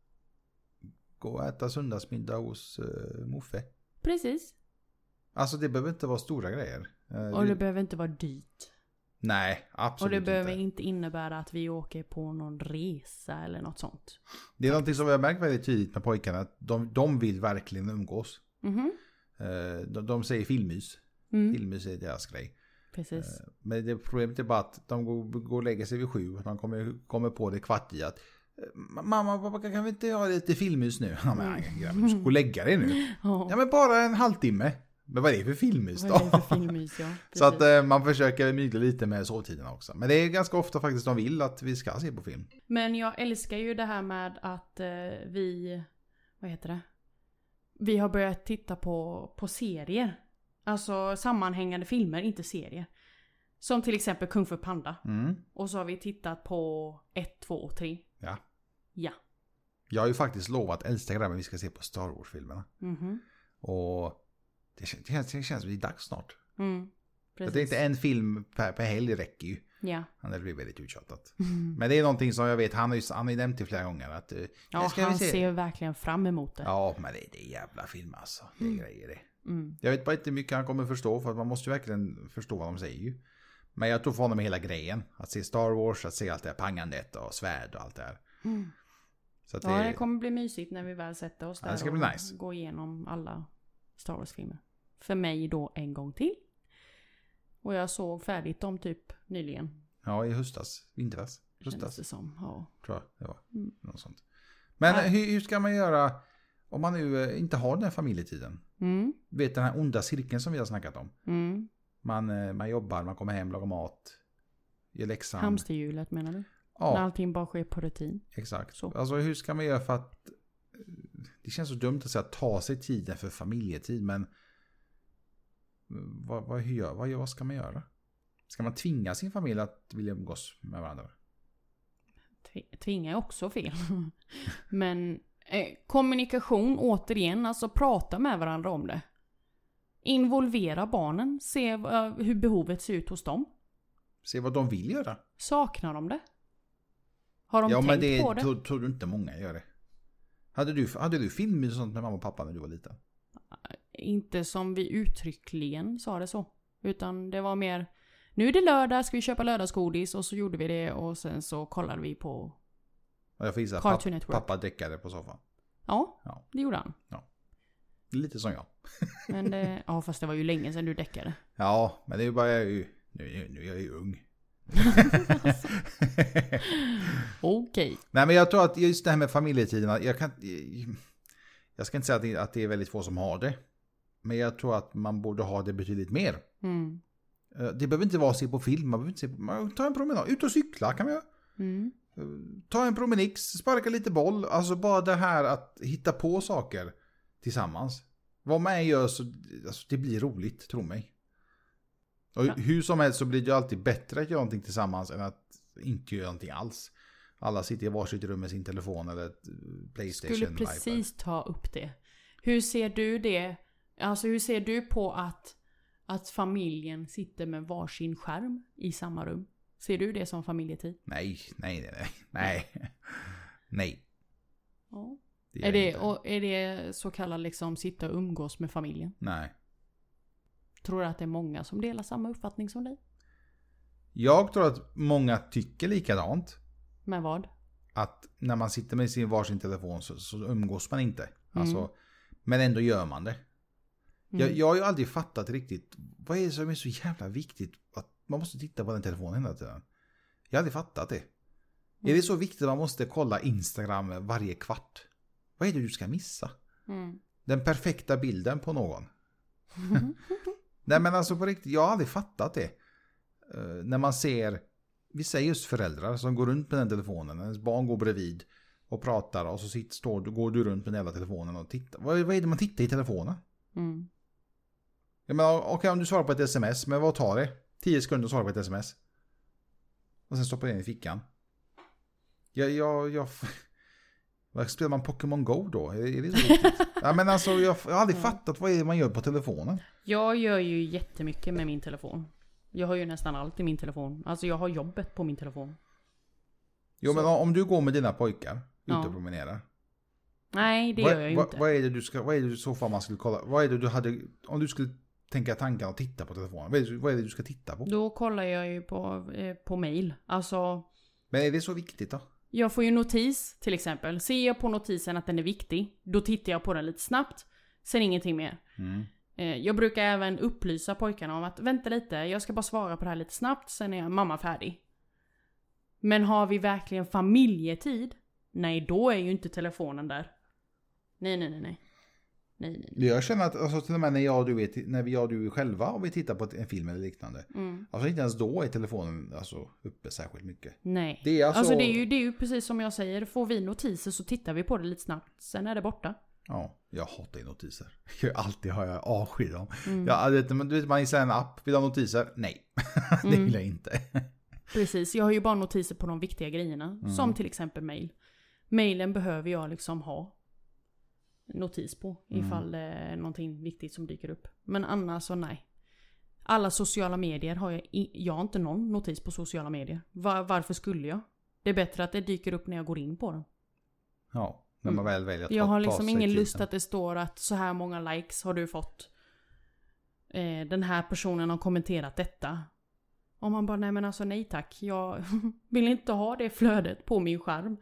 Gå och äta söndagsmiddag hos eh, Moffe. Precis. Alltså det behöver inte vara stora grejer. Eh, och det, det behöver inte vara dyrt. Nej, absolut inte. Och det behöver inte. inte innebära att vi åker på någon resa eller något sånt. Det är någonting som jag har märkt väldigt tydligt med pojkarna. Att de, de vill verkligen umgås. Mm-hmm. Eh, de, de säger filmmys. Mm. Filmmys är deras grej. Precis. Eh, men det problemet är bara att de går, går och lägger sig vid sju. De kommer, kommer på det kvart i att mamma, pappa, kan vi inte ha lite filmmys nu? Ja, men grabbar, du ska gå och lägga dig nu. Oh. Ja, men bara en halvtimme. Men vad är det för filmmys då? Vad är det för filmmys, ja. Så att eh, man försöker mygla lite med sovtiderna också. Men det är ganska ofta faktiskt de vill att vi ska se på film. Men jag älskar ju det här med att eh, vi, vad heter det? Vi har börjat titta på, på serier. Alltså sammanhängande filmer, inte serier. Som till exempel Kung Fu Panda. Mm. Och så har vi tittat på ett, två och tre. Ja. Ja. Jag har ju faktiskt lovat äldsta grabben vi ska se på Star Wars-filmerna. Mm-hmm. Och det känns, det känns, det känns som det är dags snart. Mm, jag tänkte en film per, per helg räcker ju. Ja. Han är blivit väldigt uttjatat. Mm. Men det är någonting som jag vet, han har ju, han har ju nämnt det flera gånger. Att, ja, ska han vi se. ser verkligen fram emot det. Ja, men det, det är jävla film alltså. Det är mm. grejer det. Mm. Jag vet bara inte hur mycket han kommer förstå, för att man måste ju verkligen förstå vad de säger ju. Men jag tror för honom är hela grejen. Att se Star Wars, att se allt det här pangandet och svärd och allt det här. Mm. Så att ja, det... det kommer bli mysigt när vi väl sätter oss där ja, det ska och bli nice. Gå igenom alla Star Wars-filmer. För mig då en gång till. Och jag såg färdigt dem typ nyligen. Ja, i höstas. Vintras. Höstas. Kändes det som, ja. Tror jag det var. Mm. Något sånt. Men ja. hur, hur ska man göra om man nu inte har den här familjetiden? Mm. Vet den här onda cirkeln som vi har snackat om. Mm. Man, man jobbar, man kommer hem, lagar mat. Gör läxan. Hamsterhjulet menar du? Ja. När allting bara sker på rutin. Exakt. Så. Alltså hur ska man göra för att... Det känns så dumt att säga att ta sig tiden för familjetid, men... Vad, vad, hur gör, vad, vad ska man göra? Ska man tvinga sin familj att vilja umgås med varandra? Tvinga är också fel. Men eh, kommunikation återigen, alltså prata med varandra om det. Involvera barnen, se uh, hur behovet ser ut hos dem. Se vad de vill göra. Saknar de det? Har de ja, tänkt men det, på det? Tror, tror du inte många gör det? Hade du, hade du film och sånt med mamma och pappa när du var liten? Inte som vi uttryckligen sa det så. Utan det var mer, nu är det lördag, ska vi köpa lördagsgodis? Och så gjorde vi det och sen så kollade vi på jag får gissa, Cartoon Network. Pappa däckade på soffan. Ja, ja, det gjorde han. Ja. Lite som jag. Men det, ja, fast det var ju länge sedan du däckade. Ja, men det är ju bara jag är ju, nu, nu är jag ju ung. alltså. Okej. Okay. Nej, men jag tror att just det här med familjetiderna, jag kan jag ska inte säga att det, att det är väldigt få som har det. Men jag tror att man borde ha det betydligt mer. Mm. Det behöver inte vara att se på film, man behöver inte se på, man tar en promenad, ut och cykla kan man göra. Mm. Ta en promenix, sparka lite boll, alltså bara det här att hitta på saker tillsammans. Vad man än gör så alltså, det blir roligt, tro mig. Och ja. Hur som helst så blir det ju alltid bättre att göra någonting tillsammans än att inte gör någonting alls. Alla sitter i varsitt rum med sin telefon eller ett PlayStation. Skulle precis iPad. ta upp det. Hur ser du det? Alltså hur ser du på att, att familjen sitter med varsin skärm i samma rum? Ser du det som familjetid? Nej, nej, nej, nej. Nej. Nej. Ja. Det är, det, inte. och är det så kallad liksom sitta och umgås med familjen? Nej. Tror du att det är många som delar samma uppfattning som dig? Jag tror att många tycker likadant. Med vad? Att när man sitter med sin varsin telefon så, så umgås man inte. Alltså, Mm. men ändå gör man det. Mm. Jag, jag har ju aldrig fattat riktigt. Vad är det som är så jävla viktigt att man måste titta på den telefonen hela tiden? Jag har aldrig fattat det. Mm. Är det så viktigt att man måste kolla Instagram varje kvart? Vad är det du ska missa? Mm. Den perfekta bilden på någon. Nej men alltså på riktigt, jag har aldrig fattat det. Uh, när man ser, vi säger just föräldrar som går runt med den telefonen. Ens barn går bredvid och pratar och så sitter, står, går du runt med den jävla telefonen och tittar. Vad, vad är det man tittar i telefonen? Mm. Jag menar, okej okay, om du svarar på ett sms, men vad tar det? tio sekunder att svara på ett sms. Och sen stoppar jag in i fickan. Jag, jag, jag... Vad spelar man Pokémon Go då? Är, är det så viktigt? Ja, men alltså, jag, jag har aldrig fattat vad är det man gör på telefonen. Jag gör ju jättemycket med min telefon. Jag har ju nästan allt i min telefon. Alltså jag har jobbet på min telefon. Jo, Så. men om du går med dina pojkar ute Ja. och promenerar. Nej, det vad, gör jag ju vad, inte. Vad är det du ska, vad är det i så fall man skulle kolla? Vad är det du hade, om du skulle tänka tankar och titta på telefonen? Vad är det, vad är det du ska titta på? Då kollar jag ju på, eh, på mail. Alltså, Men är det så viktigt då? jag får ju notis till exempel. Ser jag på notisen att den är viktig, då tittar jag på den lite snabbt. Sen ingenting mer. Mm. Eh, jag brukar även upplysa pojkarna om att vänta lite, jag ska bara svara på det här lite snabbt, sen är mamma färdig. Men har vi verkligen familjetid? Nej, då är ju inte telefonen där. Nej, nej, nej, nej. Nej, nej, nej. Jag känner att alltså, till och med när jag och du, är, när jag och du är själva och vi tittar på en film eller liknande. Mm. Alltså inte ens då är telefonen alltså, uppe särskilt mycket. Nej. Det är alltså... Alltså det är, ju, det är ju precis som jag säger. Får vi notiser så tittar vi på det lite snabbt. Sen är det borta. Ja, jag hatar ju notiser. Jag alltid har jag avsky dem. Mm. Ja, du vet, man gissar en app, vill ha notiser? Nej, det Mm. vill jag inte. Precis, jag har ju bara notiser på de viktiga grejerna. Mm. Som till exempel mail. Mailen behöver jag liksom ha notis på. Mm. Ifall det är någonting viktigt som dyker upp. Men annars så nej. Alla sociala medier har jag, i, jag har inte någon notis på sociala medier. Var, varför skulle jag? Det är bättre att det dyker upp när jag går in på dem. Ja, när man väl väljer att Jag ta, har ta liksom sig ingen tiden. lust att det står att så här många likes har du fått. Eh, den här personen har kommenterat detta. Om man bara, nej men alltså nej tack. Jag vill inte ha det flödet på min skärm.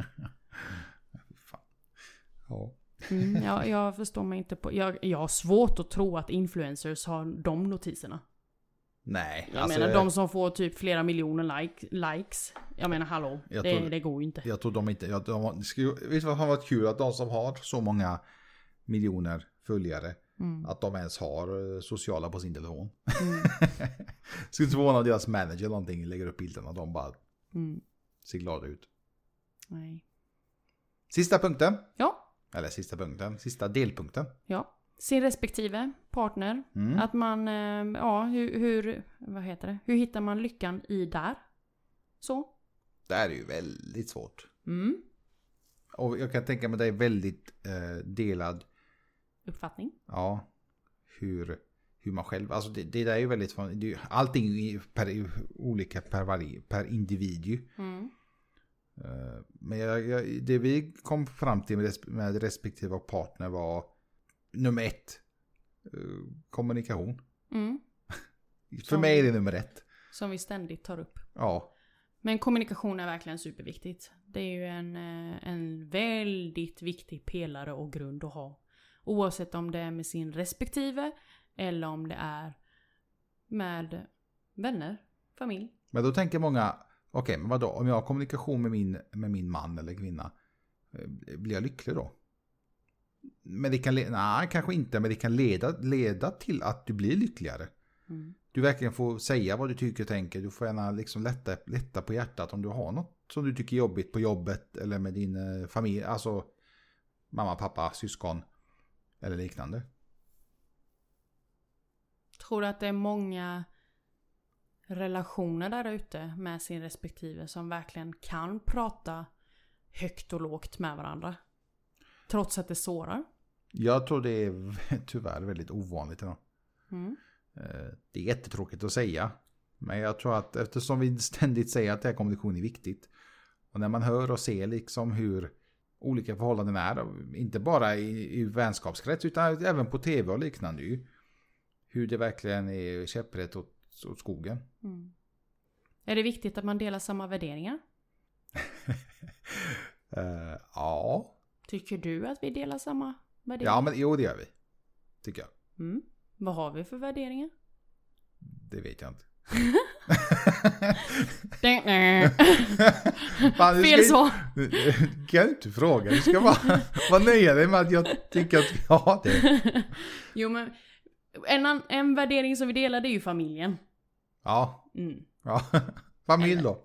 Fan. Ja. Mm, jag, jag förstår mig inte på. Jag, jag har svårt att tro att influencers har de notiserna. Nej, Jag alltså, menar de som får typ flera miljoner like, likes. Jag menar hallå, Jag det, tror- det går ju inte. jag tror de inte, jag, de, det skulle, vet du vad har varit kul att de som har så många miljoner följare, Mm. att de ens har eh, sociala på sin telefon. Mm. Skulle inte förvåna om deras manager eller någonting lägger upp bilderna och de bara Mm. ser glada ut. Nej. Sista punkten. Ja. Eller sista punkten. Sista delpunkten. Ja. Sin respektive partner. Mm. Att man, eh, ja, hur, hur, vad heter det? Hur hittar man lyckan i där? Så. Det här är ju väldigt svårt. Mm. Och jag kan tänka mig att det är väldigt eh, delad. Uppfattning. Ja. Hur, hur man själv. Alltså det, det där är ju väldigt. Det är ju, allting är ju per, olika per, varje, per individ ju. Mm. Eh, men jag, jag, det vi kom fram till med, res, med respektive partner var nummer ett. eh, kommunikation. Mm. För Som- mig är det nummer ett. Som vi ständigt tar upp. Ja. Men kommunikation är verkligen superviktigt. Det är ju en, eh, en väldigt viktig pelare och grund att ha. Oavsett om det är med sin respektive eller om det är med vänner, familj. Men då tänker många, okej, okay, men vadå? Om jag har kommunikation med min, med min man eller kvinna, eh, blir jag lycklig då? Men det kan, le- nej, kanske inte, men det kan leda, leda till att du blir lyckligare. Mm. Du verkligen får säga vad du tycker och tänker. Du får gärna liksom lätta, lätta på hjärtat om du har något som du tycker är jobbigt på jobbet eller med din eh, familj, alltså mamma, pappa, syskon eller liknande. Tror du att det är många relationer där ute med sin respektive som verkligen kan prata högt och lågt med varandra. Trots att det sårar. Jag tror det är tyvärr väldigt ovanligt idag. Mm. Det är jättetråkigt att säga. Men jag tror att eftersom vi ständigt säger att det här kommunikation är viktigt. Och när man hör och ser liksom hur olika förhållanden är. Inte bara i, i vänskapskrets utan även på tv och liknande. Ju, hur det verkligen är käpprätt åt, åt skogen. Mm. Är det viktigt att man delar samma värderingar? uh, ja. Tycker du att vi delar samma värderingar? Ja, men jo, det gör vi. Tycker jag. Mm. Vad har vi för värderingar? Det vet jag inte. Fan, fel svar. Du kan inte fråga. Du ska bara vara nöja dig med att jag tycker att vi har det. Jo, men en, en värdering som vi delar, det är ju familjen. Ja. Mm. Ja. Familj då.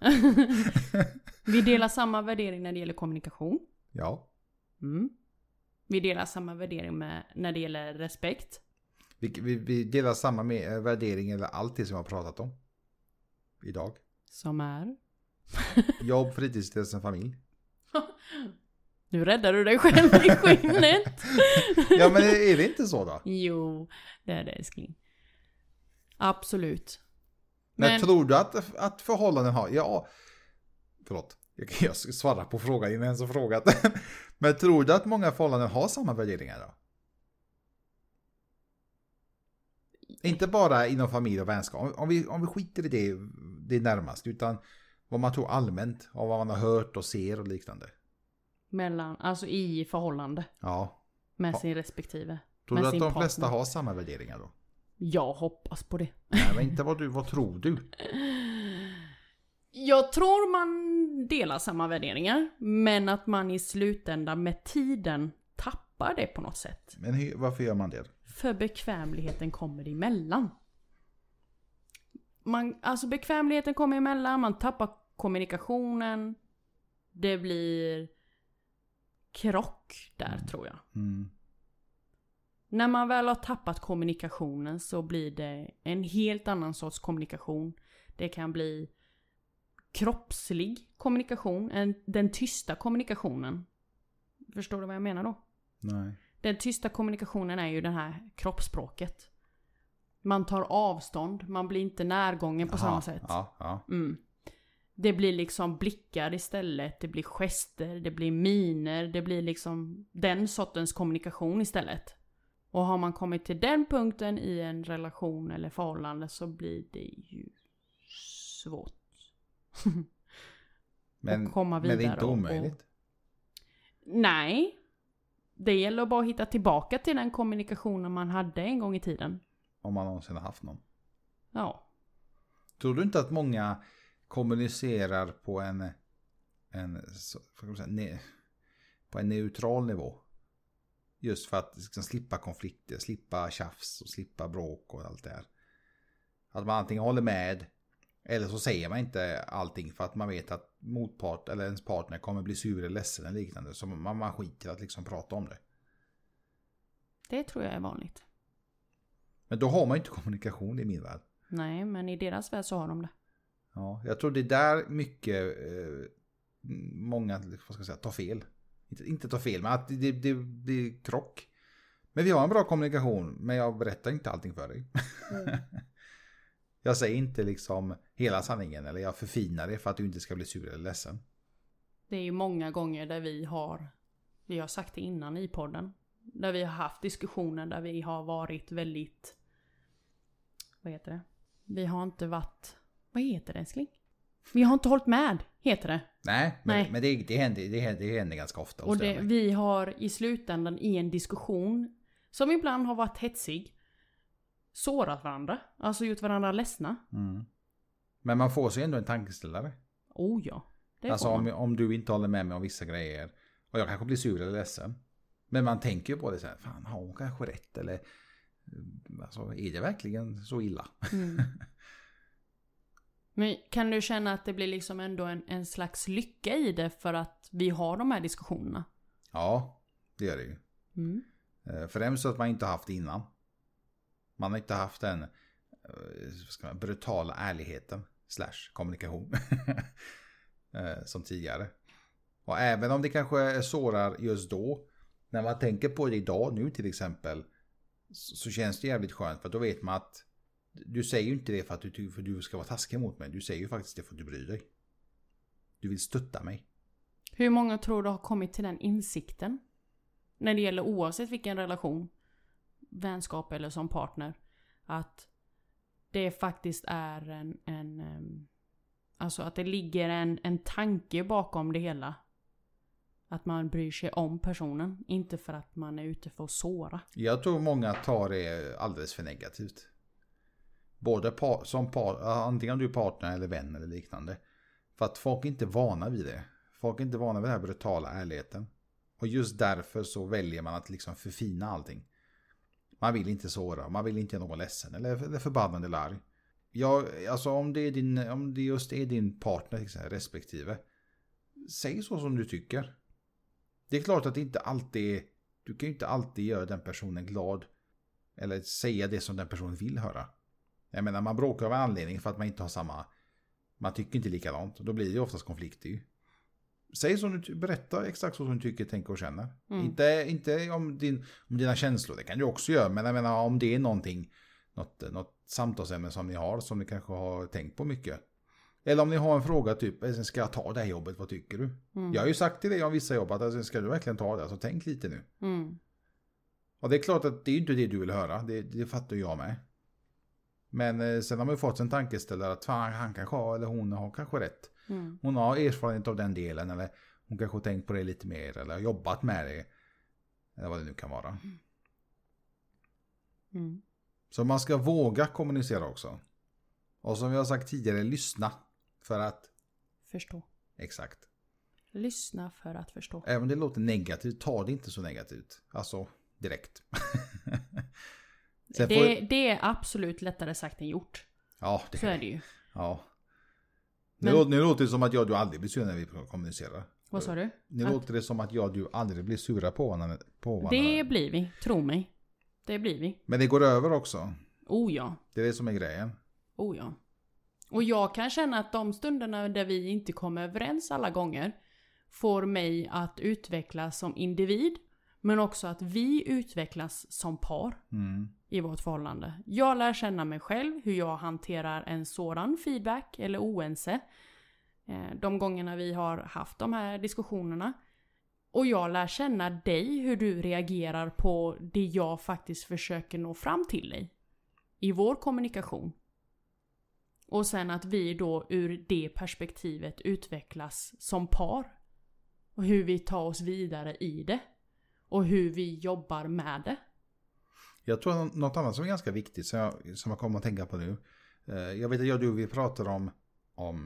Vi delar samma värdering när det gäller kommunikation. Ja. Mm. Vi delar samma värdering med, när det gäller respekt. Vi, vi, vi delar samma med, värdering eller allt det som jag har pratat om idag. Som är? Jobb, fritidsintressen, familj. Nu räddar du dig själv i skinnet. Ja, men är det inte så då? Jo, det är det, älskling. Absolut. Men, men tror du att, att förhållanden har... Ja, förlåt. Jag kan jag svara på frågan innan jag ens har frågat. Men tror du att många förhållanden har samma värderingar då? Inte bara inom familj och vänskap. Om vi, om vi skiter i det, det närmast. Utan vad man tror allmänt. Och vad man har hört och ser och liknande. Mellan, alltså i förhållande. Ja. Med ja. sin respektive. Tror du att de partner. flesta har samma värderingar då? Jag hoppas på det. Nej, men inte vad du, vad tror du? Jag tror man delar samma värderingar. Men att man i slutändan med tiden tappar det på något sätt. Men hur, varför gör man det? För bekvämligheten kommer emellan. Man, alltså bekvämligheten kommer emellan. Man tappar kommunikationen. Det blir krock där, mm. tror jag. Mm. När man väl har tappat kommunikationen så blir det en helt annan sorts kommunikation. Det kan bli kroppslig kommunikation. En, den tysta kommunikationen. Förstår du vad jag menar då? Nej. Den tysta kommunikationen är ju det här kroppsspråket. Man tar avstånd. Man blir inte närgången på Aha, samma sätt. Ja, ja. Mm. Det blir liksom blickar istället. Det blir gester. Det blir miner. Det blir liksom den sortens kommunikation istället. Och har man kommit till den punkten i en relation eller förhållande så blir det ju svårt. Men, att komma vidare. men det är inte omöjligt. Och... Nej. Det gäller att bara hitta tillbaka till den kommunikationen man hade en gång i tiden. Om man någonsin har haft någon. Ja. Tror du inte att många kommunicerar på en, en, så, säga, ne, på en neutral nivå? Just för att liksom, slippa konflikter, slippa tjafs och slippa bråk och allt det här. Att man antingen håller med eller så säger man inte allting för att man vet att motpart eller ens partner kommer bli sur eller ledsen eller liknande. Så man, man skiter att liksom prata om det. Det tror jag är vanligt. Men då har man ju inte kommunikation i min värld. Nej, men i deras värld så har de det. Ja, jag tror det är där mycket eh, många vad ska jag säga, tar fel. Inte, inte tar fel, men att det, det blir krock. Men vi har en bra kommunikation, men jag berättar inte allting för dig. Mm. Jag säger inte liksom hela sanningen eller jag förfinar det för att du inte ska bli sur eller ledsen. Det är ju många gånger där vi har, vi har sagt det innan i podden, där vi har haft diskussioner där vi har varit väldigt, vad heter det? Vi har inte varit, vad heter det älskling? Vi har inte hållit med, heter det. Nej, men, Nej. men det, det, händer, det, händer, det händer ganska ofta. Och det, vi har i slutändan i en diskussion som ibland har varit hetsig sårat varandra. Alltså gjort varandra ledsna. Mm. Men man får sig ändå en tankeställare. Oh ja. Det alltså om, om du inte håller med mig om vissa grejer. Och jag kanske blir sur eller ledsen. Men man tänker ju på det så här. Fan, har hon kanske rätt? Eller alltså, är det verkligen så illa? Mm. Men kan du känna att det blir liksom ändå en, en slags lycka i det för att vi har de här diskussionerna? Ja, det gör det ju. Mm. För det är så att man inte haft det innan. Man har inte haft en ska man, brutala ärligheten slash kommunikation eh, som tidigare. Och även om det kanske sårar just då, när man tänker på det idag nu till exempel, så, så känns det jävligt skönt, för då vet man att du säger ju inte det för att du, för du ska vara taskig mot mig. Du säger ju faktiskt det för att du bryr dig. Du vill stötta mig. Hur många tror du har kommit till den insikten? När det gäller oavsett vilken relation, vänskap eller som partner, att det faktiskt är en, en alltså att det ligger en, en tanke bakom det hela. Att man bryr sig om personen, inte för att man är ute för att såra. Jag tror många tar det alldeles för negativt. Både par, som par, antingen du är partner eller vän eller liknande. För att folk är inte vana vid det. Folk är inte vana vid den här brutala ärligheten. Och just därför så väljer man att liksom förfina allting. Man vill inte såra, man vill inte göra någon ledsen eller, eller förbannad eller arg. Ja, alltså om det, är din, om det just är din partner liksom, respektive, säg så som du tycker. Det är klart att det inte alltid är, du kan ju inte alltid göra den personen glad eller säga det som den personen vill höra. Jag menar, man bråkar av en anledning för att man inte har samma, man tycker inte likadant, och då blir det oftast konflikter ju. Säg som du, berätta exakt så som du tycker, tänker och känner. Mm. Inte, inte om, din, om dina känslor, det kan du också göra, men jag menar om det är någonting, något, något samtalsämne som ni har, som ni kanske har tänkt på mycket. Eller om ni har en fråga typ, ska jag ta det här jobbet, vad tycker du? Mm. Jag har ju sagt till dig om vissa jobb att alltså, ska du verkligen ta det, så alltså, tänk lite nu. Mm. Och det är klart att det är inte det du vill höra, det, det fattar jag med. Men eh, sen har man ju fått en tankeställare att fan, han kanske har, eller hon har kanske rätt. Mm. Hon har erfarenhet av den delen, eller hon kanske har tänkt på det lite mer, eller har jobbat med det, eller vad det nu kan vara. Mm. Så man ska våga kommunicera också. Och som vi har sagt tidigare, lyssna för att förstå. Exakt. Lyssna för att förstå. Även om det låter negativt, ta det inte så negativt. Alltså, direkt. det, får... det är absolut lättare sagt än gjort. Ja, det så är det ju. Ja. Men... Nu, låter, nu låter det som att jag och du aldrig blir sura när vi kommunicerar. Vad sa du? Nu att... låter det som att jag och du aldrig blir sura på varandra. På varandra. Det blir vi, tro mig. Det blir vi. Men det går över också. Oh ja. Det är det som är grejen. Oh ja. Och jag kan känna att de stunderna där vi inte kommer överens alla gånger får mig att utvecklas som individ, men också att vi utvecklas som par mm. i vårt förhållande. Jag lär känna mig själv, hur jag hanterar en sådan feedback eller oense. De gångerna vi har haft de här diskussionerna. Och jag lär känna dig, hur du reagerar på det jag faktiskt försöker nå fram till dig i vår kommunikation. Och sen att vi då ur det perspektivet utvecklas som par. Och hur vi tar oss vidare i det. Och hur vi jobbar med det. Jag tror något annat som är ganska viktigt som jag, som jag kommer att tänka på nu. Jag vet att jag och du vi pratar om, om,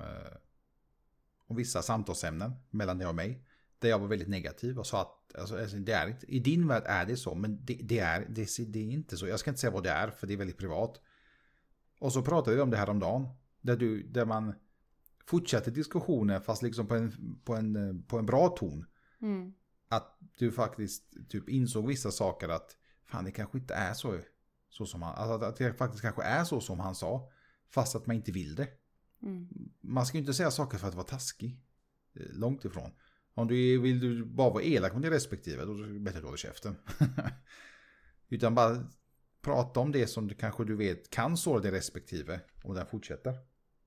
om vissa samtalsämnen mellan dig och mig. Där jag var väldigt negativ och sa att alltså, det är inte, i din värld är det så, men det, det, är, det, det är inte så. Jag ska inte säga vad det är, för det är väldigt privat. Och så pratade vi om det här om dagen. Där, du, där man fortsätter diskussioner fast liksom på en, på en, på en bra ton. Mm. Att du faktiskt typ insåg vissa saker att fan, det kanske inte är så, så som han, alltså att det faktiskt kanske är så som han sa, fast att man inte vill det. Mm. Man ska ju inte säga saker för att vara taskig. Långt ifrån. Om du vill du bara vara elak med det respektive, då är det bättre att hålla käften. Utan bara prata om det som du kanske du vet kan såra det respektive, om den fortsätter.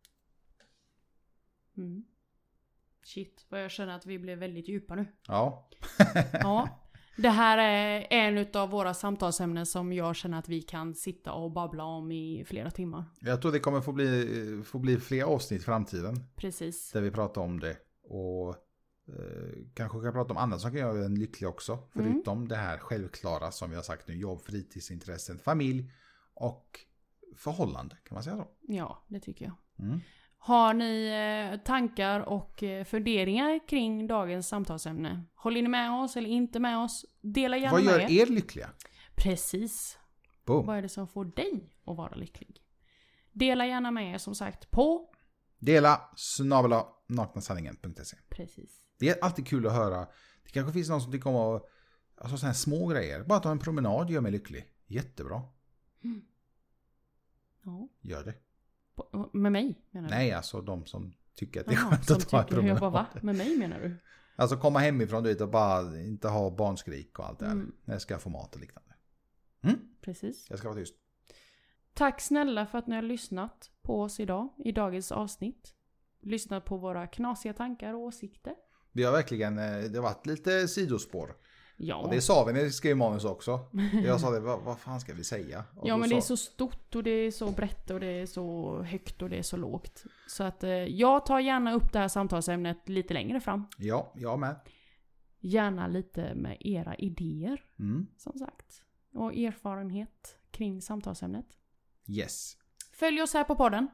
Mm. Shit, vad jag känner att vi blev väldigt djupa nu. Ja. Ja. Det här är en av våra samtalsämnen som jag känner att vi kan sitta och babbla om i flera timmar. Jag tror det kommer få bli, få bli fler avsnitt i framtiden. Precis. Där vi pratar om det. Och eh, kanske kan prata om annat som kan göra en lycklig också. Förutom mm. det här självklara som vi har sagt nu. Jobb, fritidsintressen, familj och förhållande. Kan man säga så? Ja, det tycker jag. Mm. Har ni eh, tankar och eh, funderingar kring dagens samtalsämne? Håller ni med oss eller inte med oss? Dela gärna med er. Vad gör er er lyckliga? Precis. Boom. Vad är det som får dig att vara lycklig? Dela gärna med er som sagt på Dela snabel-a naknasanningen punkt se. Precis. Det är alltid kul att höra. Det kanske finns någon som tycker om att, alltså sådana här små grejer. Bara ta en promenad gör mig lycklig. Jättebra. Mm. Ja. Gör det. På, med mig menar du? Nej, alltså de som tycker att det är Jaha, skönt som att ta en tycker, promenad. jag bara, va? Med mig menar du? Alltså komma hemifrån du vet, och bara inte ha barnskrik och allt det här. Mm. När jag ska få mat och liknande. Mm? Precis. Jag ska vara tyst. Tack snälla för att ni har lyssnat på oss idag i dagens avsnitt. Lyssnat på våra knasiga tankar och åsikter. Vi har verkligen, eh, det har varit lite sidospår. Ja, Och det sa vi när vi skrev manus också. Jag sa det, vad, vad fan ska vi säga? Och ja då men sa, det är så stort och det är så brett och det är så högt och det är så lågt. Så att eh, jag tar gärna upp det här samtalsämnet lite längre fram. Ja, jag med. Gärna lite med era idéer, Mm. som sagt. Och erfarenhet kring samtalsämnet. Yes. Följ oss här på podden.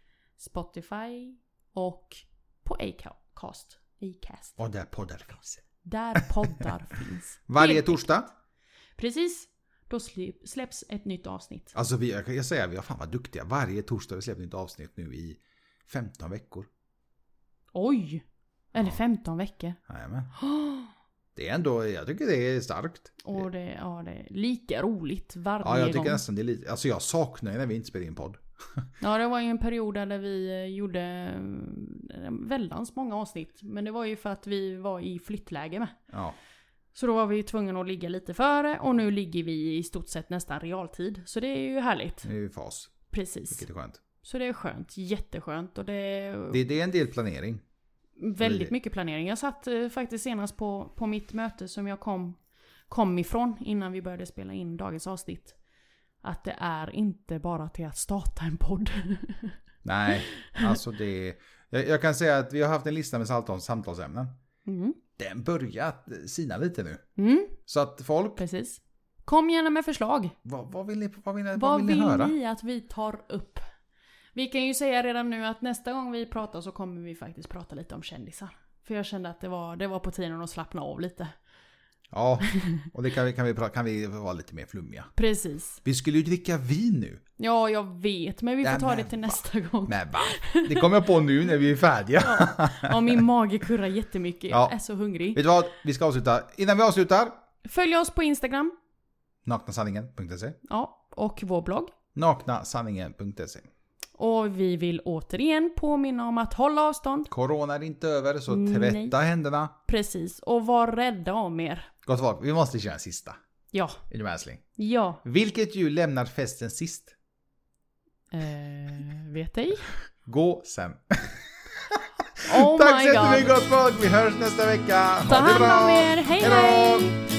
Spotify och på Acast. Acast. Och där poddar finns. Där poddar finns. Varje Helt torsdag. riktigt. Precis. Då sli- släpps ett nytt avsnitt. Alltså vi, jag kan säga, vi har fan varit duktiga. Varje torsdag har vi släppt ett nytt avsnitt nu i femton veckor. Oj! Eller Ja. femton veckor. Jajamän. Det är ändå, jag tycker det är starkt. Och det, ja, det är lika roligt varje Ja, jag tycker gång. nästan det är lite, alltså jag saknar ju när vi inte spelar in podd. Ja, det var ju en period där vi eh, gjorde eh, väldans många avsnitt. Men det var ju för att vi var i flyttläge med. Ja. Så då var vi tvungna att ligga lite före och nu ligger vi i stort sett nästan realtid. Så det är ju härligt. Det är ju fas. Precis. Vilket är skönt. Så det är skönt, jätteskönt och det är Det, det är en del planering. väldigt mycket planering. Jag satt eh, faktiskt senast på, på mitt möte som jag kom, kom ifrån innan vi började spela in dagens avsnitt. Att det är inte bara till att starta en podd. Nej, alltså det... Jag, jag kan säga att vi har haft en lista med samtals, samtalsämnen. Mm. Den börjar sina lite nu. Mm, Så att folk, precis. Kom gärna med förslag. vad, vad vill ni, vad vill ni, vad Vad vill ni vill höra? ni att vi tar upp? Vi kan ju säga redan nu att nästa gång vi pratar så kommer vi faktiskt prata lite om kändisar. För jag kände att det var, det var på tiden att slappna av lite. Ja, och det kan vi, kan, vi, pra- kan vi vara lite mer flummiga. Precis. Vi skulle ju dricka vin nu. Ja, jag vet. Men vi får Nej, ta men det till va? nästa gång. Men va? Det kommer jag på nu när vi är färdiga. Ja, ja, min mage kurrar jättemycket. Ja. Jag är så hungrig. Vet du vad? Vi ska avsluta. Innan vi avslutar. Följ oss på Instagram. naknasanningen punkt se Ja, och vår blogg. naknasanningen punkt se Och vi vill återigen påminna om att hålla avstånd. Corona är inte över, så Nej. tvätta händerna. Precis. Och var rädda om er. Gott folk, vi måste köra en sista. Ja. Är du med, älskling? Ja. Vilket djur lämnar festen sist? Eh, vet ej. Gå sen. Oh Tack my så jättemycket god. gott folk. Vi hörs nästa vecka. Ta Ha det hand bra. om er. Hej Hej då. hej.